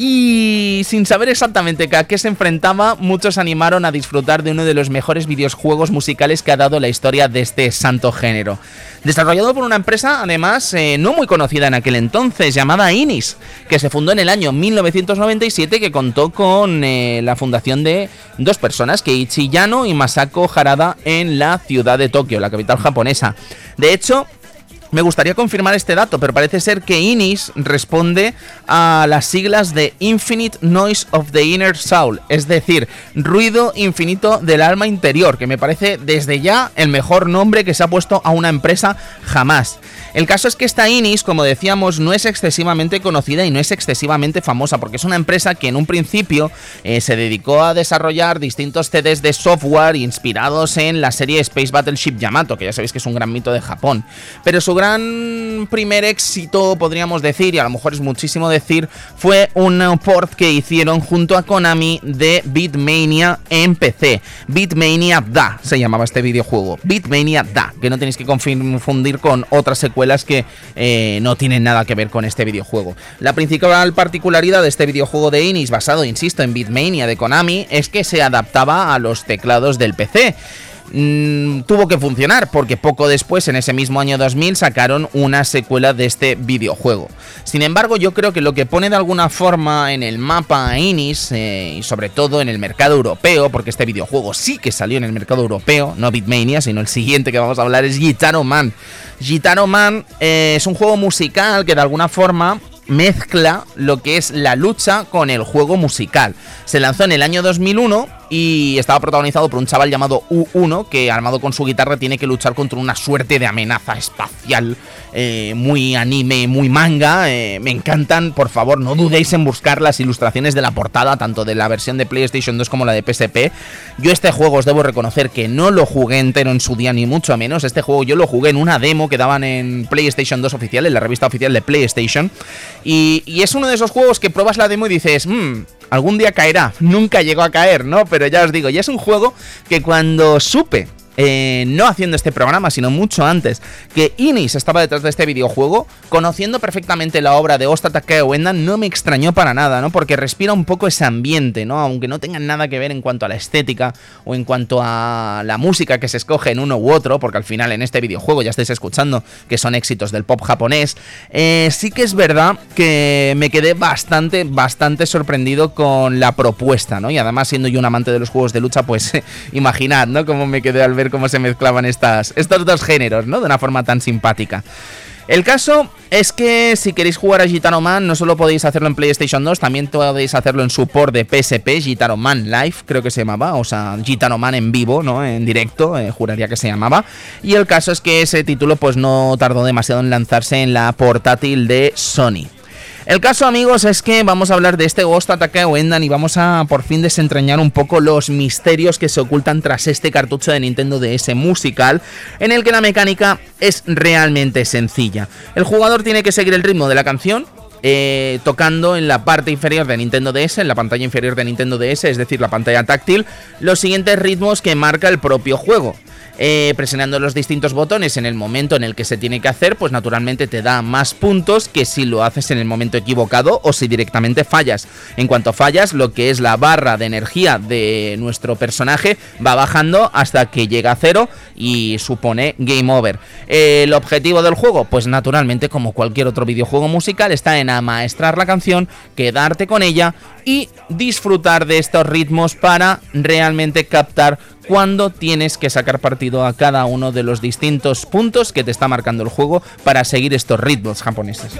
Y sin saber exactamente a qué se enfrentaba, muchos animaron a disfrutar de uno de los mejores videojuegos musicales que ha dado la historia de este santo género. Desarrollado por una empresa, además, eh, no muy conocida en aquel entonces, llamada Inis, que se fundó en el año mil novecientos noventa y siete, que contó con eh, la fundación de dos personas, Keiichi Yano y Masako Harada, en la ciudad de Tokio, la capital japonesa. De hecho, me gustaría confirmar este dato, pero parece ser que Inis responde a las siglas de Infinite Noise of the Inner Soul, es decir, ruido infinito del alma interior, que me parece desde ya el mejor nombre que se ha puesto a una empresa jamás. El caso es que esta Inis, como decíamos, no es excesivamente conocida y no es excesivamente famosa, porque es una empresa que en un principio eh, se dedicó a desarrollar distintos C Ds de software inspirados en la serie Space Battleship Yamato, que ya sabéis que es un gran mito de Japón, pero su gran primer éxito, podríamos decir, y a lo mejor es muchísimo decir, fue un port que hicieron junto a Konami de Beatmania en P C. Beatmania Da se llamaba este videojuego, Beatmania Da, que no tenéis que confundir con otras secuelas que eh, no tienen nada que ver con este videojuego. La principal particularidad de este videojuego de Inis, basado, insisto, en Beatmania de Konami, es que se adaptaba a los teclados del P C. Mm, tuvo que funcionar porque poco después, en ese mismo año dos mil, sacaron una secuela de este videojuego. Sin embargo, yo creo que lo que pone de alguna forma en el mapa a Inis, eh, y sobre todo en el mercado europeo, porque este videojuego sí que salió en el mercado europeo, no Beatmania, sino el siguiente que vamos a hablar es Gitaro Man. Gitaro Man eh, es un juego musical que de alguna forma mezcla lo que es la lucha con el juego musical. Se lanzó en el año dos mil uno y estaba protagonizado por un chaval llamado U uno que, armado con su guitarra, tiene que luchar contra una suerte de amenaza espacial, eh, muy anime, muy manga. Eh, me encantan, por favor, no dudéis en buscar las ilustraciones de la portada, tanto de la versión de PlayStation dos como la de P S P. Yo este juego os debo reconocer que no lo jugué entero en su día, ni mucho menos. Este juego yo lo jugué en una demo que daban en PlayStation dos oficial, en la revista oficial de PlayStation. Y, y es uno de esos juegos que pruebas la demo y dices, mmm, algún día caerá. Nunca llegó a caer, ¿no? Pero ya os digo, ya es un juego que cuando supe, Eh, no haciendo este programa, sino mucho antes, que Inis estaba detrás de este videojuego, conociendo perfectamente la obra de Osta Takeo Enda, no me extrañó para nada, ¿no? Porque respira un poco ese ambiente, ¿no? Aunque no tengan nada que ver en cuanto a la estética o en cuanto a la música que se escoge en uno u otro, porque al final en este videojuego ya estáis escuchando que son éxitos del pop japonés. eh, Sí que es verdad que me quedé bastante, bastante sorprendido con la propuesta, ¿no? Y además, siendo yo un amante de los juegos de lucha, pues imaginad, ¿no? Cómo me quedé al ver cómo se mezclaban estas, estos dos géneros, ¿no? De una forma tan simpática. El caso es que si queréis jugar a Gitaro Man, no solo podéis hacerlo en PlayStation dos, también podéis hacerlo en su port de P S P, Gitaro Man Live, creo que se llamaba, o sea, Gitaro Man en vivo, ¿no? En directo, eh, juraría que se llamaba. Y el caso es que ese título pues no tardó demasiado en lanzarse en la portátil de Sony. El caso, amigos, es que vamos a hablar de este Osta Takeo Enda y vamos a por fin desentrañar un poco los misterios que se ocultan tras este cartucho de Nintendo D S musical, en el que la mecánica es realmente sencilla. El jugador tiene que seguir el ritmo de la canción eh, tocando en la parte inferior de Nintendo D S, en la pantalla inferior de Nintendo D S, es decir, la pantalla táctil, los siguientes ritmos que marca el propio juego. Eh, presionando los distintos botones en el momento en el que se tiene que hacer, pues naturalmente te da más puntos que si lo haces en el momento equivocado o si directamente fallas. En cuanto fallas, lo que es la barra de energía de nuestro personaje va bajando hasta que llega a cero y supone game over. Eh, el objetivo del juego, pues naturalmente como cualquier otro videojuego musical, está en amaestrar la canción, quedarte con ella y disfrutar de estos ritmos para realmente captar cuando tienes que sacar partido a cada uno de los distintos puntos que te está marcando el juego para seguir estos ritmos japoneses.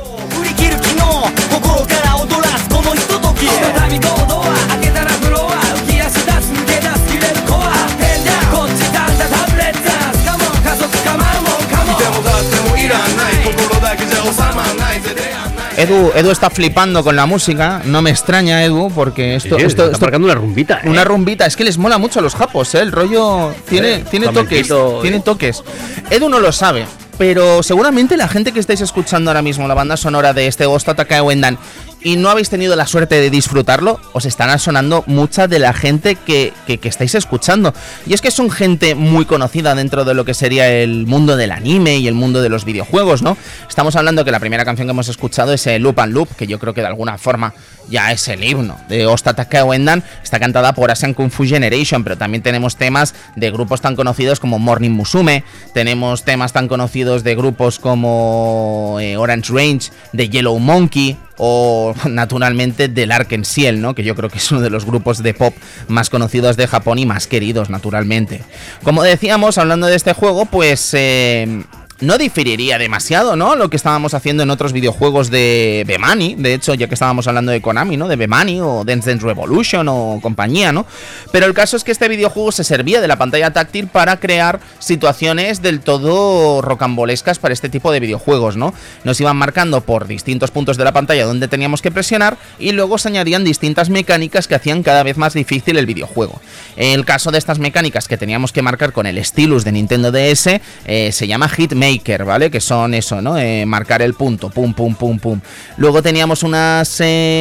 Edu, Edu está flipando con la música, no me extraña, Edu, porque esto, sí, esto, está esto marcando una rumbita, ¿eh? Una rumbita, es que les mola mucho a los japos, ¿eh? El rollo tiene, Sí, tiene toques, flamenquito, tiene eh. toques. Edu no lo sabe, pero seguramente la gente que estáis escuchando ahora mismo la banda sonora de este Ghost Ataka Wendan y no habéis tenido la suerte de disfrutarlo, os estará sonando mucha de la gente que, que, que estáis escuchando. Y es que son gente muy conocida dentro de lo que sería el mundo del anime y el mundo de los videojuegos, ¿no? Estamos hablando que la primera canción que hemos escuchado es el Loop and Loop, que yo creo que de alguna forma ya es el himno de Ghost Ataka Wendan. Está cantada por Asian Kung Fu Generation, pero también tenemos temas de grupos tan conocidos como Morning Musume, tenemos temas tan conocidos de grupos como eh, Orange Range, de Yellow Monkey, o naturalmente del Arken Ciel, ¿no? Que yo creo que es uno de los grupos de pop más conocidos de Japón y más queridos, naturalmente. Como decíamos, hablando de este juego, pues eh, no diferiría demasiado, ¿no? Lo que estábamos haciendo en otros videojuegos de Bemani, de hecho, ya que estábamos hablando de Konami, ¿no? De Bemani o Dance Dance Revolution o compañía, ¿no? Pero el caso es que este videojuego se servía de la pantalla táctil para crear situaciones del todo rocambolescas para este tipo de videojuegos, ¿no? Nos iban marcando por distintos puntos de la pantalla donde teníamos que presionar y luego se añadían distintas mecánicas que hacían cada vez más difícil el videojuego. El caso de estas mecánicas que teníamos que marcar con el stylus de Nintendo D S eh, se llama Hitmaker, ¿vale? Que son eso, ¿no? Eh, marcar el punto, pum, pum, pum, pum. Luego teníamos unas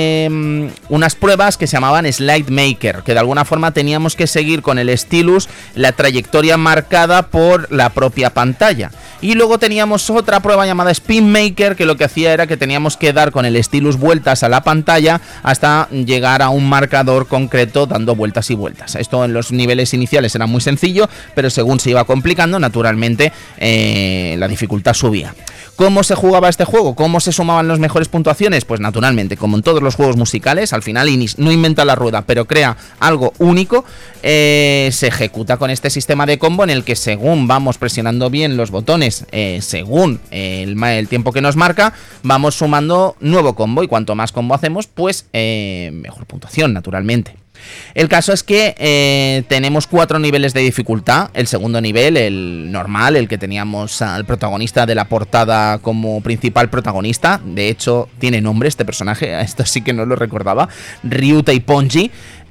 eh, unas pruebas que se llamaban Slide Maker, que de alguna forma teníamos que seguir con el stylus la trayectoria marcada por la propia pantalla. Y luego teníamos otra prueba llamada Spin Maker, que lo que hacía era que teníamos que dar con el stylus vueltas a la pantalla hasta llegar a un marcador concreto dando vueltas y vueltas. Esto en los niveles iniciales era muy sencillo, pero según se iba complicando, naturalmente eh, la dificultad subía. ¿Cómo se jugaba este juego? ¿Cómo se sumaban las mejores puntuaciones? Pues naturalmente, como en todos los juegos musicales, al final no inventa la rueda, pero crea algo único. Eh, se ejecuta con este sistema de combo en el que según vamos presionando bien los botones, eh, según el, el tiempo que nos marca, vamos sumando nuevo combo, y cuanto más combo hacemos, pues eh, mejor puntuación, naturalmente. El caso es que eh, tenemos cuatro niveles de dificultad. El segundo nivel, el normal, el que teníamos al protagonista de la portada como principal protagonista. De hecho, tiene nombre este personaje, esto sí que no lo recordaba, Ryuta Ipponji.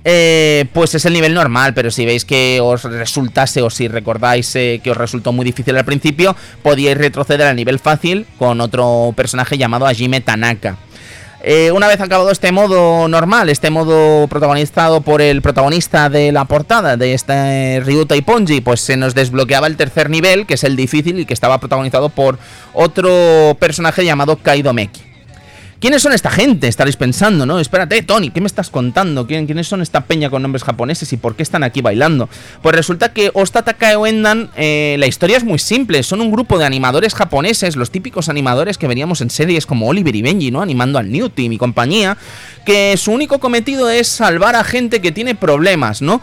Eh, pues es el nivel normal, pero si veis que os resultase o si recordáis eh, que os resultó muy difícil al principio, podíais retroceder al nivel fácil con otro personaje llamado Hajime Tanaka. Eh, una vez acabado este modo normal, este modo protagonizado por el protagonista de la portada de este Ryuta Ipponji, pues se nos desbloqueaba el tercer nivel, que es el difícil y que estaba protagonizado por otro personaje llamado Kaido Meki. ¿Quiénes son esta gente? Estaréis pensando, ¿no? Espérate, Tony, ¿qué me estás contando? ¿Quién, ¿Quiénes son esta peña con nombres japoneses y por qué están aquí bailando? Pues resulta que Ghost Ataka Wendan, eh, la historia es muy simple. Son un grupo de animadores japoneses, los típicos animadores que veríamos en series como Oliver y Benji, ¿no? Animando al New Team y compañía, que su único cometido es salvar a gente que tiene problemas, ¿no?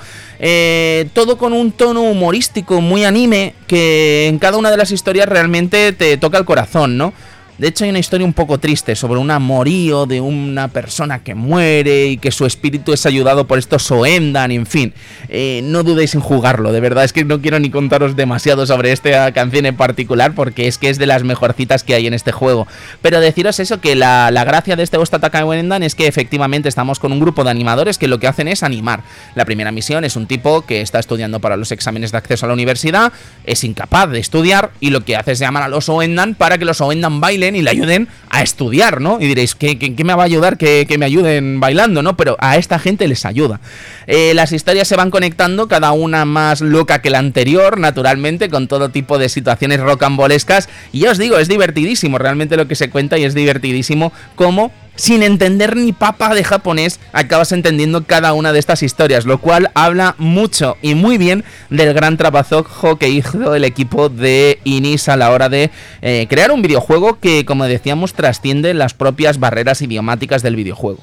Eh, todo con un tono humorístico muy anime que en cada una de las historias realmente te toca el corazón, ¿no? De hecho hay una historia un poco triste sobre un amorío de una persona que muere y que su espíritu es ayudado por estos Soendan, en fin. Eh, no dudéis en jugarlo, de verdad es que no quiero ni contaros demasiado sobre esta canción en particular porque es que es de las mejorcitas que hay en este juego. Pero deciros eso, que la, la gracia de este Ghost Ataka Wendan es que efectivamente estamos con un grupo de animadores que lo que hacen es animar. La primera misión es un tipo que está estudiando para los exámenes de acceso a la universidad, es incapaz de estudiar y lo que hace es llamar a los Soendan para que los Soendan bailen bailen y le ayuden a estudiar, ¿no? Y diréis, ¿qué, qué, qué me va a ayudar que, que me ayuden bailando, ¿no? Pero a esta gente les ayuda. Eh, las historias se van conectando, cada una más loca que la anterior, naturalmente, con todo tipo de situaciones rocambolescas. Y ya os digo, es divertidísimo realmente lo que se cuenta y es divertidísimo cómo, sin entender ni papa de japonés, acabas entendiendo cada una de estas historias, lo cual habla mucho y muy bien del gran trabajo que hizo el equipo de Inis a la hora de eh, crear un videojuego que, como decíamos, trasciende las propias barreras idiomáticas del videojuego.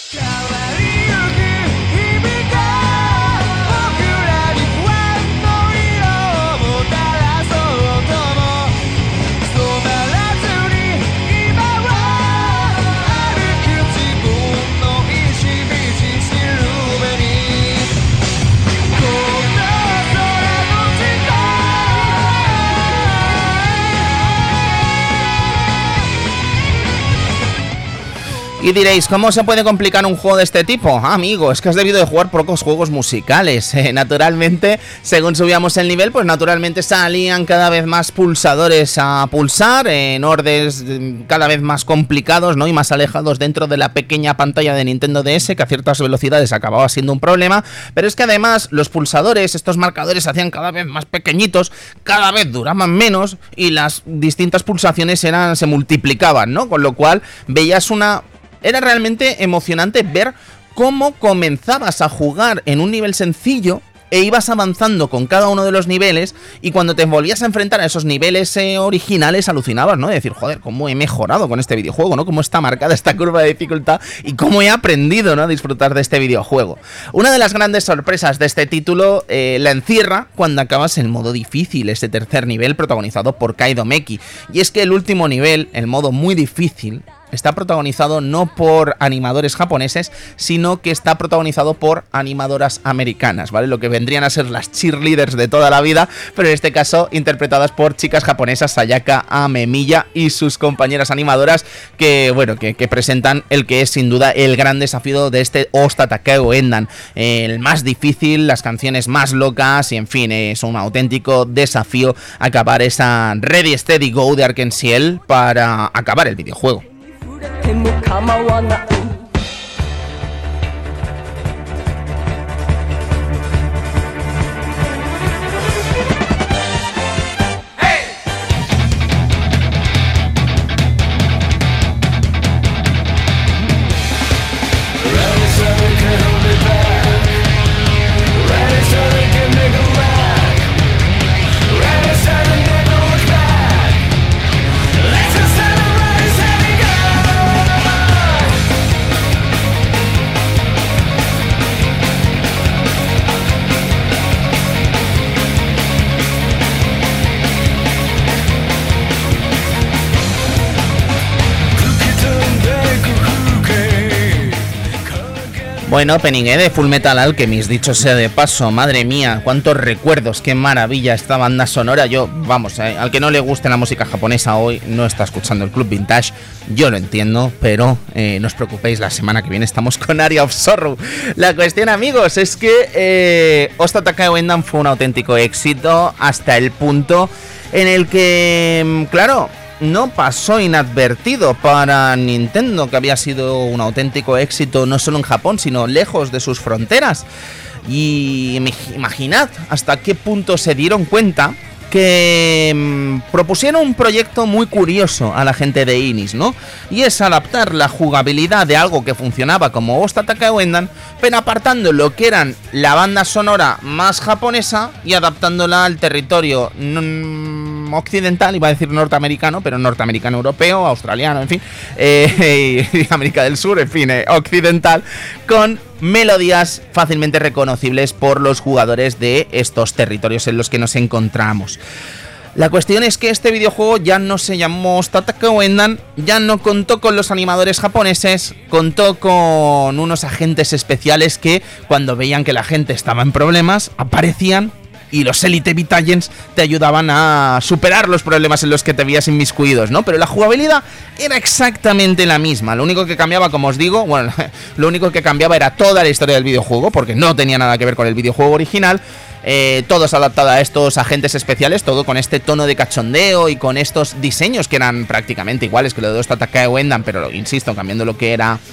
Y diréis, ¿cómo se puede complicar un juego de este tipo? Ah, amigo, es que has debido de jugar pocos juegos musicales. Eh, naturalmente, según subíamos el nivel, pues naturalmente salían cada vez más pulsadores a pulsar, en órdenes cada vez más complicados, ¿no? Y más alejados dentro de la pequeña pantalla de Nintendo D S, que a ciertas velocidades acababa siendo un problema. Pero es que además los pulsadores, estos marcadores, se hacían cada vez más pequeñitos, cada vez duraban menos y las distintas pulsaciones eran, se multiplicaban, ¿no? Con lo cual veías una... Era realmente emocionante ver cómo comenzabas a jugar en un nivel sencillo e ibas avanzando con cada uno de los niveles, y cuando te volvías a enfrentar a esos niveles eh, originales alucinabas, ¿no? De decir, joder, cómo he mejorado con este videojuego, ¿no? Cómo está marcada esta curva de dificultad y cómo he aprendido, ¿no? A disfrutar de este videojuego. Una de las grandes sorpresas de este título eh, la encierra cuando acabas en modo difícil, este tercer nivel protagonizado por Kaido Meki. Y es que el último nivel, el modo muy difícil, está protagonizado no por animadores japoneses, sino que está protagonizado por animadoras americanas, ¿vale? Lo que vendrían a ser las cheerleaders de toda la vida, pero en este caso interpretadas por chicas japonesas, Sayaka Amemiya y sus compañeras animadoras, que, bueno, que, que presentan el que es sin duda el gran desafío de este Osta Takeo Endan, el más difícil, las canciones más locas y, en fin, es un auténtico desafío acabar esa Ready Steady Go de Arc en Ciel para acabar el videojuego. ても構わない Bueno, opening eh, de Full Metal Alchemist, dicho sea de paso, madre mía, cuántos recuerdos, qué maravilla esta banda sonora. Yo, vamos, eh, al que no le guste la música japonesa hoy, no está escuchando el Club Vintage, yo lo entiendo, pero eh, no os preocupéis, la semana que viene estamos con Aria of Sorrow. La cuestión, amigos, es que eh, Osta Takeo Endan fue un auténtico éxito hasta el punto en el que, claro, no pasó inadvertido para Nintendo, que había sido un auténtico éxito no solo en Japón, sino lejos de sus fronteras. Y imaginad hasta qué punto se dieron cuenta que mmm, propusieron un proyecto muy curioso a la gente de Inis, ¿no? Y es adaptar la jugabilidad de algo que funcionaba como Osta Takeo Endan, pero apartando lo que eran la banda sonora más japonesa y adaptándola al territorio mmm, occidental, iba a decir norteamericano, pero norteamericano europeo, australiano, en fin, eh, y América del Sur, en fin, eh, occidental, con melodías fácilmente reconocibles por los jugadores de estos territorios en los que nos encontramos. La cuestión es que este videojuego ya no se llamó Osta Takeo Endan, ya no contó con los animadores japoneses, contó con unos agentes especiales que, cuando veían que la gente estaba en problemas, aparecían y los Elite Beat Agents te ayudaban a superar los problemas en los que te veías inmiscuidos, ¿no? Pero la jugabilidad era exactamente la misma. Lo único que cambiaba, como os digo, bueno, lo único que cambiaba era toda la historia del videojuego, porque no tenía nada que ver con el videojuego original. Eh, todo es adaptado a estos agentes especiales, todo con este tono de cachondeo y con estos diseños que eran prácticamente iguales que lo de Osta Takao Endan, pero insisto, cambiando lo que era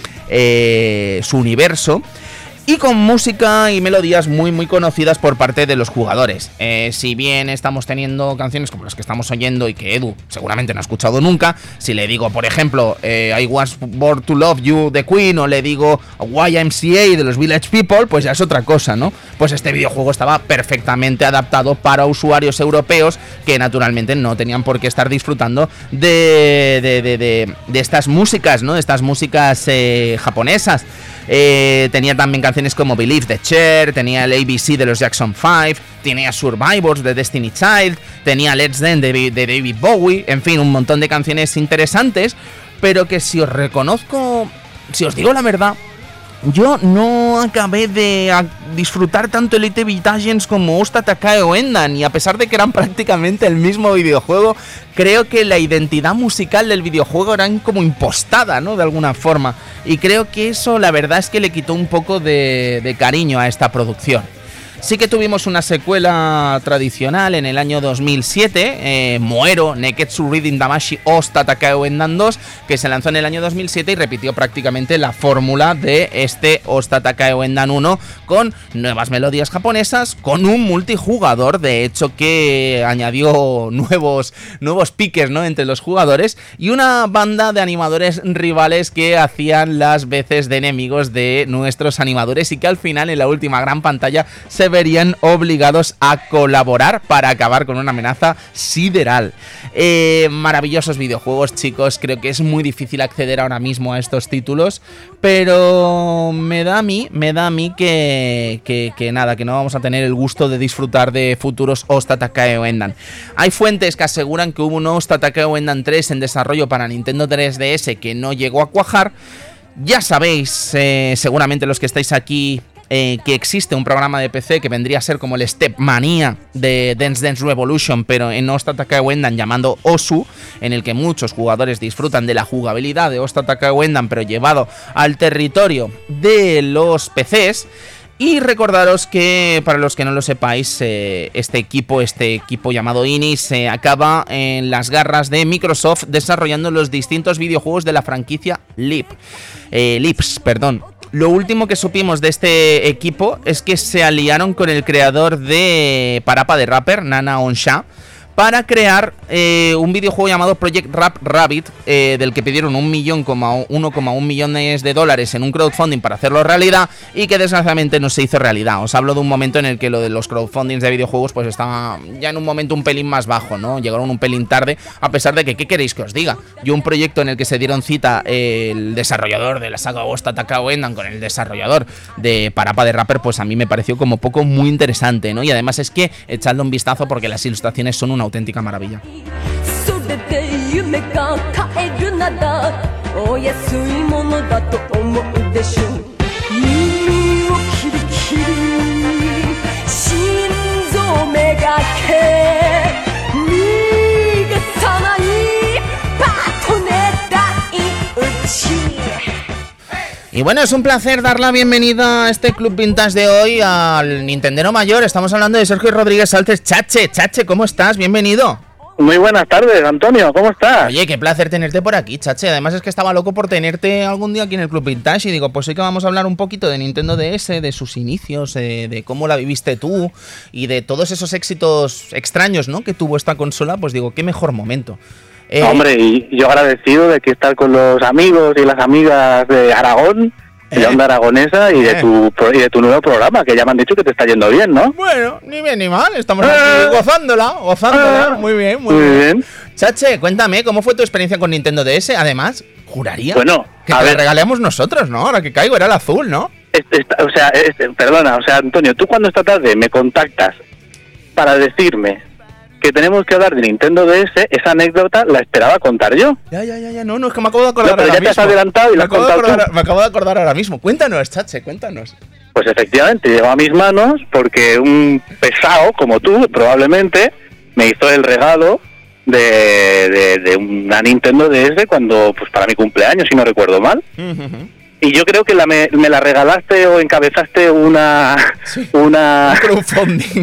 eh, su universo. Y con música y melodías muy muy conocidas por parte de los jugadores. Eh, si bien estamos teniendo canciones como las que estamos oyendo y que Edu seguramente no ha escuchado nunca, si le digo, por ejemplo, eh, I Was Born to Love You de Queen, o le digo Y M C A de los Village People, pues ya es otra cosa, ¿no? Pues este videojuego estaba perfectamente adaptado para usuarios europeos que naturalmente no tenían por qué estar disfrutando de, de, de, de, de estas músicas, ¿no? De estas músicas eh, japonesas. Eh, tenía también canciones como Believe the Chair, tenía el A B C de los Jackson five, tenía Survivors de Destiny Child, tenía Let's Dance de, de David Bowie, en fin, un montón de canciones interesantes, pero que si os reconozco, si os digo la verdad, yo no acabé de disfrutar tanto Elite Beat Agents como Osta Takao Endan, y a pesar de que eran prácticamente el mismo videojuego, creo que la identidad musical del videojuego era como impostada, ¿no? De alguna forma, y creo que eso la verdad es que le quitó un poco de, de cariño a esta producción. Sí que tuvimos una secuela tradicional en el año dos mil siete, eh, Moero Neketsu Reading Damashi Osta Takao Endan dos, que se lanzó en el año dos mil siete y repitió prácticamente la fórmula de este Osta Takao Endan uno, con nuevas melodías japonesas, con un multijugador, de hecho, que añadió nuevos, nuevos piques, ¿no?, entre los jugadores, y una banda de animadores rivales que hacían las veces de enemigos de nuestros animadores, y que al final en la última gran pantalla se verían obligados a colaborar para acabar con una amenaza sideral. Eh, maravillosos videojuegos, chicos. Creo que es muy difícil acceder ahora mismo a estos títulos, pero me da a mí, me da a mí que, que, que nada, que no vamos a tener el gusto de disfrutar de futuros Osta Takao Endan. Hay fuentes que aseguran que hubo un Osta Takao Endan tres en desarrollo para Nintendo tres D S que no llegó a cuajar. Ya sabéis, eh, seguramente los que estáis aquí, Eh, que existe un programa de P C que vendría a ser como el Stepmania de Dance Dance Revolution, pero en Osta Takao Endan, llamando Osu, en el que muchos jugadores disfrutan de la jugabilidad de Osta Takao Endan, pero llevado al territorio de los P Cs. Y recordaros que, para los que no lo sepáis, eh, este equipo, este equipo llamado I N I, se acaba en las garras de Microsoft desarrollando los distintos videojuegos de la franquicia Leap, eh, Leaps, perdón. Lo último que supimos de este equipo es que se aliaron con el creador de Parappa the Rapper, Nana Onsha, para crear eh, un videojuego llamado Project Rap Rabbit, eh, del que pidieron un millón uno coma uno millones de dólares en un crowdfunding para hacerlo realidad, y que desgraciadamente no se hizo realidad. Os hablo de un momento en el que lo de los crowdfundings de videojuegos pues estaba ya en un momento un pelín más bajo, ¿no? Llegaron un pelín tarde, a pesar de que, ¿qué queréis que os diga? Yo un proyecto en el que se dieron cita eh, el desarrollador de la saga Osta Takao Endan con el desarrollador de Parappa the Rapper, pues a mí me pareció como poco muy interesante, ¿no? Y además es que echadle un vistazo porque las ilustraciones son una auténtica maravilla. Y bueno, es un placer dar la bienvenida a este Club Vintage de hoy al Nintendero Mayor. Estamos hablando de Sergio Rodríguez Saltes. Chache, Chache, ¿cómo estás? Bienvenido. Muy buenas tardes, Antonio, ¿cómo estás? Oye, qué placer tenerte por aquí, Chache. Además es que estaba loco por tenerte algún día aquí en el Club Vintage y digo, pues hoy que vamos a hablar un poquito de Nintendo D S, de sus inicios, eh, de cómo la viviste tú y de todos esos éxitos extraños, ¿no?, que tuvo esta consola, pues digo, qué mejor momento. Eh, Hombre, y yo agradecido de que estar con los amigos y las amigas de Aragón, de la onda aragonesa y, eh. de tu, y de tu nuevo programa, que ya me han dicho que te está yendo bien, ¿no? Bueno, ni bien ni mal, estamos aquí eh. gozándola, gozándola, eh. muy bien, muy, muy bien. bien. Chache, cuéntame, ¿cómo fue tu experiencia con Nintendo D S? Además, juraría bueno, que te la regalamos nosotros, ¿no? Ahora que caigo, era el azul, ¿no? Este, esta, o sea, este, perdona, o sea, Antonio, tú cuando esta tarde me contactas para decirme que tenemos que hablar de Nintendo D S, esa anécdota la esperaba contar yo. Ya, ya, ya, ya, no, no, es que me acabo de acordar no, pero ahora ya mismo. te has adelantado y me lo has contado acordar, tú. Me acabo de acordar ahora mismo. Cuéntanos, Chache, cuéntanos. Pues efectivamente, llegó a mis manos porque un pesado como tú, probablemente, me hizo el regalo de, de, de una Nintendo D S cuando, pues para mi cumpleaños, si no recuerdo mal. Uh-huh. Y yo creo que la me, me la regalaste o encabezaste una... Sí. una Crowdfunding.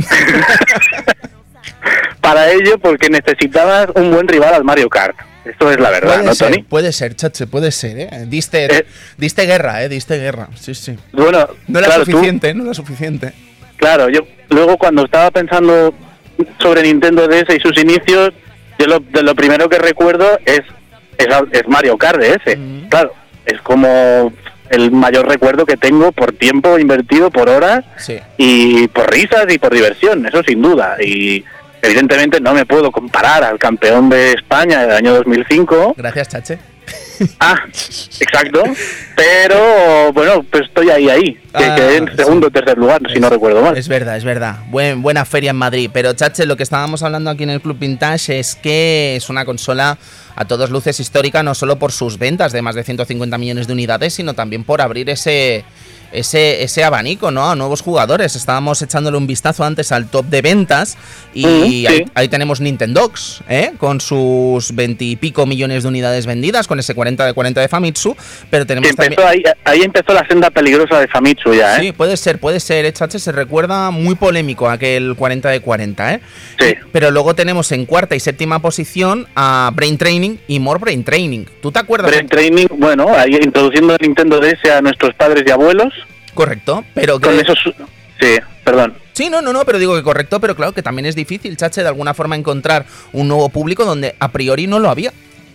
para ello, porque necesitabas un buen rival al Mario Kart. Esto es la verdad, Puede ¿no, ser, Tony? puede ser, chache, puede ser, ¿eh? Diste, Eh. diste guerra, ¿eh? Diste guerra, sí, sí. Bueno, No era claro, tú- suficiente, no era suficiente. Claro, yo luego cuando estaba pensando sobre Nintendo D S y sus inicios, yo lo, de lo primero que recuerdo es, es, es Mario Kart D S. Mm. Claro, es como el mayor recuerdo que tengo por tiempo invertido, por horas Sí. y por risas y por diversión, eso sin duda. Y evidentemente no me puedo comparar al campeón de España del año dos mil cinco. Gracias, chache. Ah, exacto. Pero bueno, pues estoy ahí, ahí. Que Ah, quedé en segundo o tercer lugar, si no recuerdo mal. Es verdad, es verdad. Buen, buena feria en Madrid. Pero, chache, lo que estábamos hablando aquí en el Club Vintage es que es una consola a todas luces histórica, no solo por sus ventas de más de ciento cincuenta millones de unidades, sino también por abrir ese... Ese, ese abanico, ¿no? A nuevos jugadores. Estábamos echándole un vistazo antes al top de ventas y Mm, sí. ahí, ahí tenemos Nintendox, ¿eh? Con sus veintipico millones de unidades vendidas, con ese cuarenta de cuarenta de Famitsu, pero Que tenemos también... empezó ahí, ahí empezó la senda peligrosa de Famitsu ya, ¿eh? Sí, puede ser, puede ser, ¿eh, chache? Se recuerda muy polémico aquel cuarenta de cuarenta, ¿eh? Sí. Pero luego tenemos en cuarta y séptima posición a Brain Training y More Brain Training. ¿Tú te acuerdas? Brain Training, bueno, ahí introduciendo el Nintendo D S a nuestros padres y abuelos. Correcto, pero que... Con esos... Sí, perdón. Sí, no, no, no, pero digo que correcto, pero claro que también es difícil, chache, de alguna forma encontrar un nuevo público donde a priori no lo había.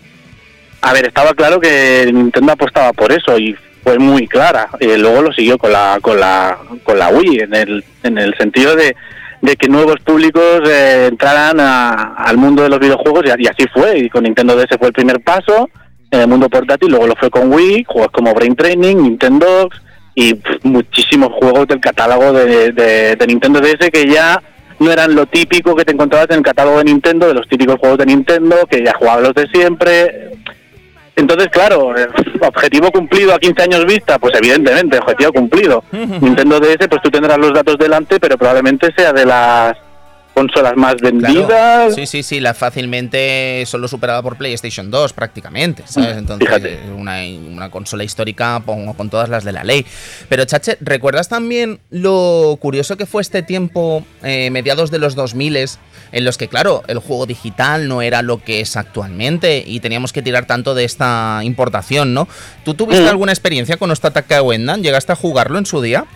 A ver, estaba claro que Nintendo apostaba por eso y fue muy clara. Eh, luego lo siguió con la con la con la Wii en el en el sentido de, de que nuevos públicos eh, entraran a- al mundo de los videojuegos y, y así fue. Y con Nintendo D S fue el primer paso en el mundo portátil, luego lo fue con Wii, juegos como Brain Training, Nintendox y pff, muchísimos juegos del catálogo de, de, de Nintendo D S que ya no eran lo típico que te encontrabas en el catálogo de Nintendo, de los típicos juegos de Nintendo, que ya jugaban los de siempre. Entonces, claro, eh, objetivo cumplido a quince años vista, pues evidentemente, objetivo cumplido. Nintendo D S, pues tú tendrás los datos delante, pero probablemente sea de las consolas más vendidas. Claro. Sí, sí, sí, la fácilmente solo superada por PlayStation dos prácticamente, ¿sabes? Entonces, Fíjate. una, una consola histórica con, con todas las de la ley. Pero, chache, ¿recuerdas también lo curioso que fue este tiempo, eh, mediados de los dos mil, en los que, claro, el juego digital no era lo que es actualmente y teníamos que tirar tanto de esta importación, ¿no? ¿Tú tuviste Mm. alguna experiencia con Ostataka Wendan? ¿Llegaste a jugarlo en su día?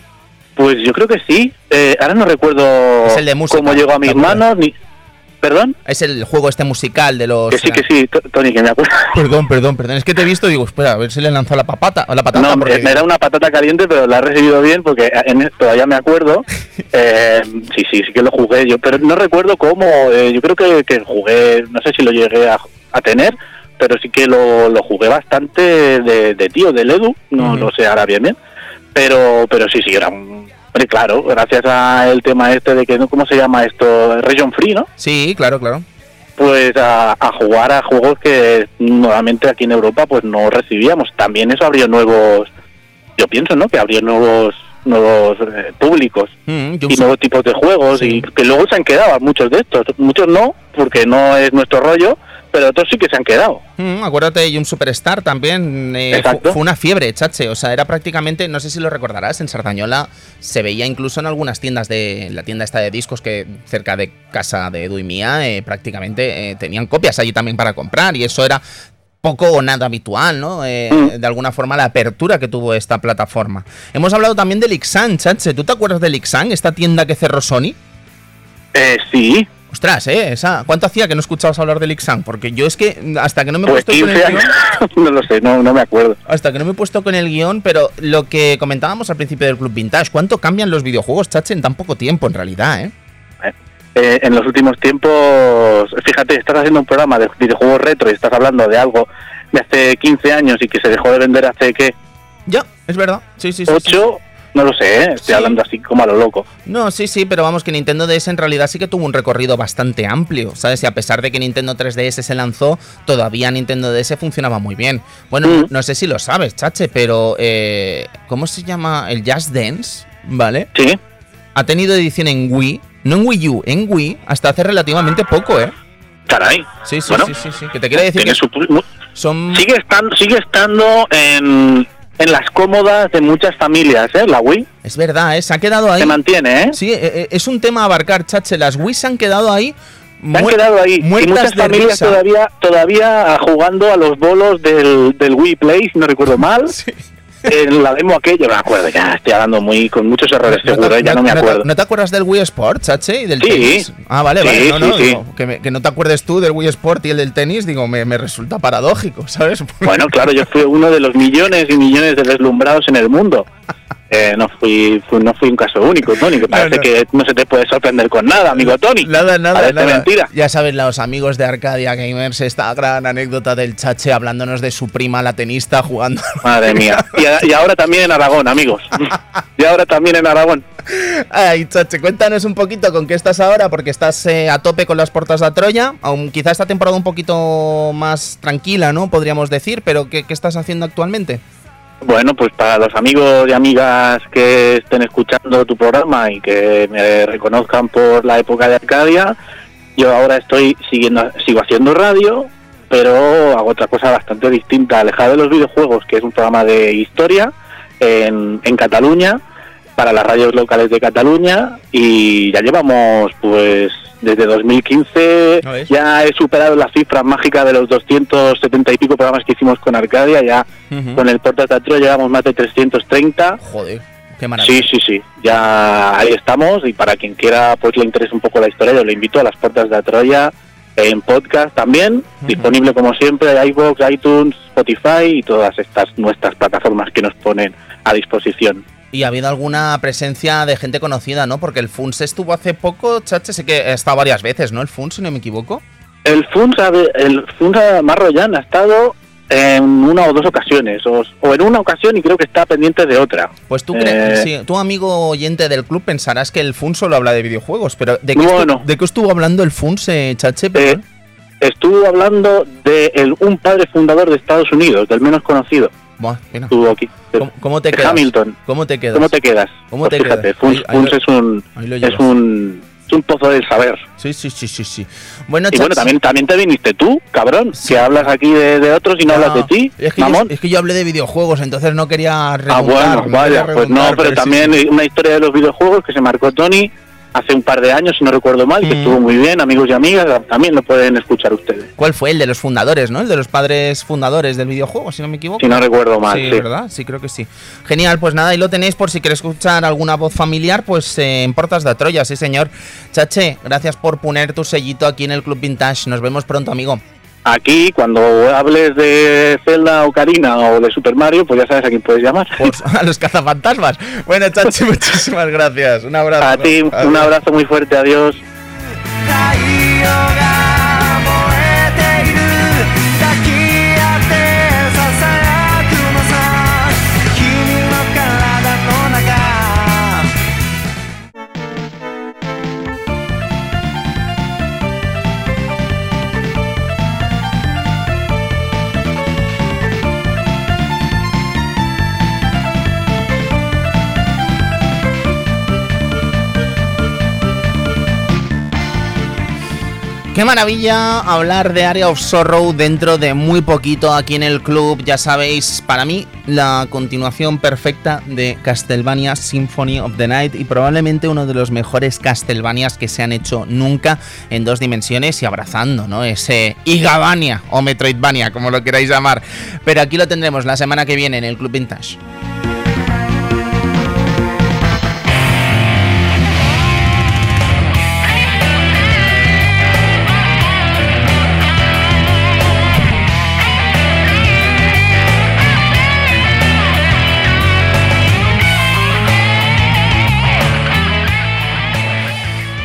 Pues yo creo que sí. Eh, ahora no recuerdo Es el de música, cómo llegó a mis ¿te acuerdas? manos, ni... ¿Perdón? Es el juego este musical de los... Que sí, que sí, T- Tony, que me acuerdo. Perdón, perdón, perdón. Es que te he visto y digo, espera, a ver si le lanzó la papata o la patata. No, porque... me era una patata caliente, pero la he recibido bien porque en, todavía me acuerdo. Eh, sí, sí, sí que lo jugué yo, pero no recuerdo cómo. Eh, yo creo que, que jugué, no sé si lo llegué a, a tener, pero sí que lo, lo jugué bastante de, de tío, del Edu, no Ujú. lo sé ahora bien, bien. Pero, pero sí, sí, era un... Hombre, claro, gracias al tema este de que, ¿cómo se llama esto? Region Free, ¿no? Sí, claro, claro. Pues a, a jugar a juegos que normalmente aquí en Europa pues no recibíamos. También eso abrió nuevos, yo pienso, ¿no? Que abrió nuevos nuevos eh, públicos Mm, yo y sé- nuevos tipos de juegos Sí. y que luego se han quedado muchos de estos. Muchos no, porque no es nuestro rollo, pero otros sí que se han quedado. Mm, acuérdate de Jump Superstar también. eh, fu- Exacto. fue una fiebre, chache. O sea, era prácticamente, no sé si lo recordarás, en Sardañola se veía incluso en algunas tiendas de la tienda esta de discos que cerca de casa de Edu y mía, eh, prácticamente eh, tenían copias allí también para comprar y eso era poco o nada habitual, ¿no? Eh, Mm. De alguna forma la apertura que tuvo esta plataforma. Hemos hablado también del Ixan, chache. ¿Tú te acuerdas del Ixan, esta tienda que cerró Sony? Eh, sí, Ostras, ¿eh? Esa, ¿cuánto hacía que no escuchabas hablar del Ixan? Porque yo es que hasta que no me he pues puesto con el quince guión... años, no lo sé, no, no me acuerdo. Hasta que no me he puesto con el guión, pero lo que comentábamos al principio del Club Vintage, ¿cuánto cambian los videojuegos, chache, en tan poco tiempo, en realidad, eh? Eh, en los últimos tiempos, fíjate, estás haciendo un programa de videojuegos retro y estás hablando de algo de hace quince años y que se dejó de vender hace, ¿qué? Ya, es verdad. Sí, sí, sí. ocho, No lo sé, ¿eh? Estoy Sí. hablando así como a lo loco. No, sí, sí, pero vamos, que Nintendo D S en realidad sí que tuvo un recorrido bastante amplio, ¿sabes? Y a pesar de que Nintendo tres D S se lanzó, todavía Nintendo D S funcionaba muy bien. Bueno, Mm. no, no sé si lo sabes, Chache, pero eh, ¿cómo se llama? El Just Dance, ¿vale? Sí. Ha tenido edición en Wii, no en Wii U, en Wii, hasta hace relativamente poco, ¿eh? Caray. Sí, sí, Bueno, sí, sí, sí. Que te quiero decir tiene que su pu- son... sigue estando, sigue estando en, en las cómodas de muchas familias, ¿eh? La Wii Es verdad, ¿eh? Se ha quedado ahí. se mantiene, ¿eh? Sí, eh, eh, es un tema a abarcar, Chache. Las Wii se han quedado ahí. Se han mu- quedado ahí. Y muertas muchas de familias risa. todavía, todavía jugando a los bolos del, del Wii Play, si no recuerdo mal. Sí. En la demo aquello, no me acuerdo, ya estoy hablando muy con muchos errores ¿No te- seguro, ¿eh? ya no me te- acuerdo. ¿No te acuerdas del Wii Sport, Chache? Y del Sí. tenis. Ah, vale, Sí, vale. No, sí, no, sí. digo, que, me- que no te acuerdes tú del Wii Sport y el del tenis, digo, me, me resulta paradójico, ¿sabes? Bueno, claro, yo fui uno de los millones y millones de deslumbrados en el mundo. Eh, no fui, fui no fui un caso único, Tony, que parece no. que no se te puede sorprender con nada, amigo Tony. Nada, nada, Parece nada. mentira. Ya saben los amigos de Arcadia Gamers esta gran anécdota del Chache hablándonos de su prima la tenista jugando. Madre mía. Y, a- y ahora también en Aragón, amigos. Y ahora también en Aragón. Ay, Chache, cuéntanos un poquito con qué estás ahora, porque estás eh, a tope con las puertas de Troya, aun quizá esta temporada un poquito más tranquila, ¿no? Podríamos decir, pero ¿qué, qué estás haciendo actualmente? Bueno, pues para los amigos y amigas que estén escuchando tu programa y que me reconozcan por la época de Arcadia, yo ahora estoy siguiendo, sigo haciendo radio, pero hago otra cosa bastante distinta, alejado de los videojuegos, que es un programa de historia en, en Cataluña, para las radios locales de Cataluña, y ya llevamos pues desde dos mil quince, ¿No ves? ya he superado la cifra mágica de los doscientos setenta y pico programas que hicimos con Arcadia, ya con el Portas de Troya llevamos más de trescientos treinta. Joder, qué maravilla. Sí, sí, sí, ya ahí estamos, y para quien quiera pues le interese un poco la historia, yo le invito a las Puertas de Troya en podcast también, Ujú. disponible como siempre en iVoox, iTunes, Spotify y todas estas nuestras plataformas que nos ponen a disposición. Y ha habido alguna presencia de gente conocida, ¿no? Porque el F U N S estuvo hace poco, Chache, sé que ha estado varias veces, ¿no? El F U N S, si no me equivoco. El FUNSA, el FUNSA Marroyan ha estado en una o dos ocasiones, o, o en una ocasión, y creo que está pendiente de otra. Pues tú crees, Eh, sí, tu amigo oyente del club pensarás que el F U N S solo habla de videojuegos, pero ¿de qué, Bueno. estu- ¿de qué estuvo hablando el F U N S, eh, Chache? Eh, Perdón. estuvo hablando de el- un padre fundador de Estados Unidos, del menos conocido. Buah, mira. Estuvo aquí. ¿Cómo, cómo te de quedas? Hamilton. ¿Cómo te quedas? ¿Cómo te quedas? ¿Cómo Pues te fíjate, quedas? Funs, Ahí- ahí Funs lo- es un ahí lo es llevas. un es un pozo del saber. Sí, sí, sí, sí, sí. Bueno, Y bueno, Chache- también también te viniste tú, cabrón, Sí. que hablas aquí de, de otros y no, hablas de ti, Es que, yo, mamón. es que yo hablé de videojuegos, entonces no quería Ah, redundar. bueno, no vaya, quería pues no, redundar, pero sí, también sí. una historia de los videojuegos que se marcó Tony hace un par de años, si no recuerdo mal, que Mm. estuvo muy bien, amigos y amigas, también lo pueden escuchar ustedes, ¿Cuál fue? El de los fundadores, ¿no? El de los padres fundadores del videojuego, si no me equivoco. si no recuerdo mal, Sí, sí. ¿verdad? Sí, creo que sí. Genial, pues nada, ahí lo tenéis por si queréis escuchar alguna voz familiar, pues eh, en Portas de Troya, sí señor. Chache, gracias por poner tu sellito aquí en el Club Vintage. Nos vemos pronto, amigo. Aquí, cuando hables de Zelda o Karina o de Super Mario, pues ya sabes a quién puedes llamar. Por- a los cazafantasmas. Bueno, Chache, muchísimas gracias. Un abrazo. A ti, un Adiós. abrazo muy fuerte, adiós. 太陽が燃えている抱き合ってささやくのさ君の体の中 Qué maravilla hablar de Area of Sorrow dentro de muy poquito aquí en el club. Ya sabéis, para mí la continuación perfecta de Castlevania Symphony of the Night y probablemente uno de los mejores Castlevanias que se han hecho nunca en dos dimensiones y abrazando, ¿no? Ese Igavania o Metroidvania, como lo queráis llamar. Pero aquí lo tendremos la semana que viene en el Club Vintage.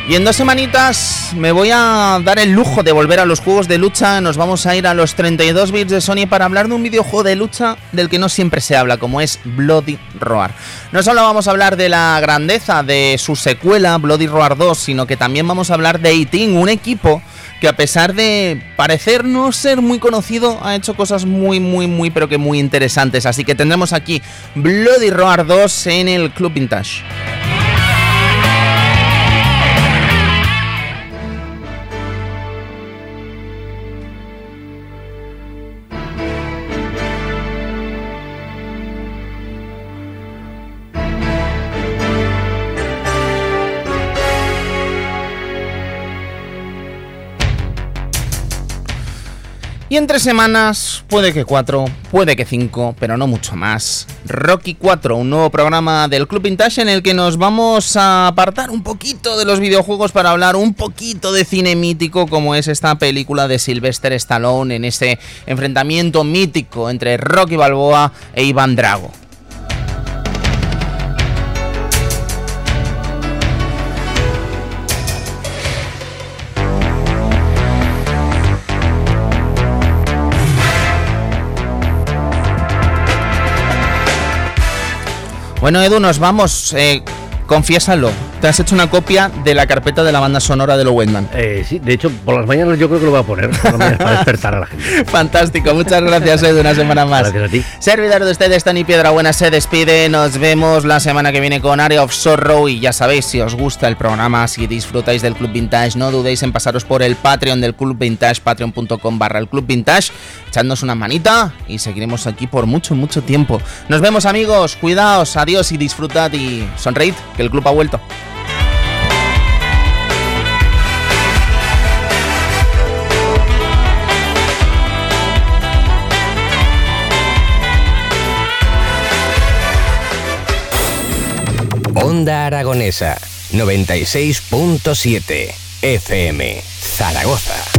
Y en dos semanitas me voy a dar el lujo de volver a los juegos de lucha. Nos vamos a ir a los treinta y dos bits de Sony para hablar de un videojuego de lucha del que no siempre se habla, como es Bloody Roar. No solo vamos a hablar de la grandeza de su secuela, Bloody Roar dos, sino que también vamos a hablar de A-Team, un equipo que a pesar de parecer no ser muy conocido, ha hecho cosas muy, muy, muy, pero que muy interesantes. Así que tendremos aquí Bloody Roar dos en el Club Vintage. Y entre semanas, puede que cuatro, puede que cinco, pero no mucho más. Rocky cuatro, un nuevo programa del Club Vintage en el que nos vamos a apartar un poquito de los videojuegos para hablar un poquito de cine mítico, como es esta película de Sylvester Stallone en ese enfrentamiento mítico entre Rocky Balboa e Iván Drago. Bueno, Edu, nos vamos. Eh, confiésalo. Te has hecho una copia de la carpeta de la banda sonora de Lo Wendman. Eh, sí, de hecho, por las mañanas yo creo que lo voy a poner por las mañanas, para despertar a la gente. Fantástico, muchas gracias, Edu, una semana más. Gracias a ti. Servidor de ustedes, Tony Piedrabuena, se despide. Nos vemos la semana que viene con Area of Sorrow. Y ya sabéis, si os gusta el programa, si disfrutáis del Club Vintage, no dudéis en pasaros por el Patreon del Club Vintage, patreon punto com barra el Club Vintage. Echadnos una manita y seguiremos aquí por mucho, mucho tiempo. Nos vemos, amigos, cuidaos, adiós y disfrutad y sonreíd, que el club ha vuelto. Onda Aragonesa noventa y seis punto siete F M Zaragoza.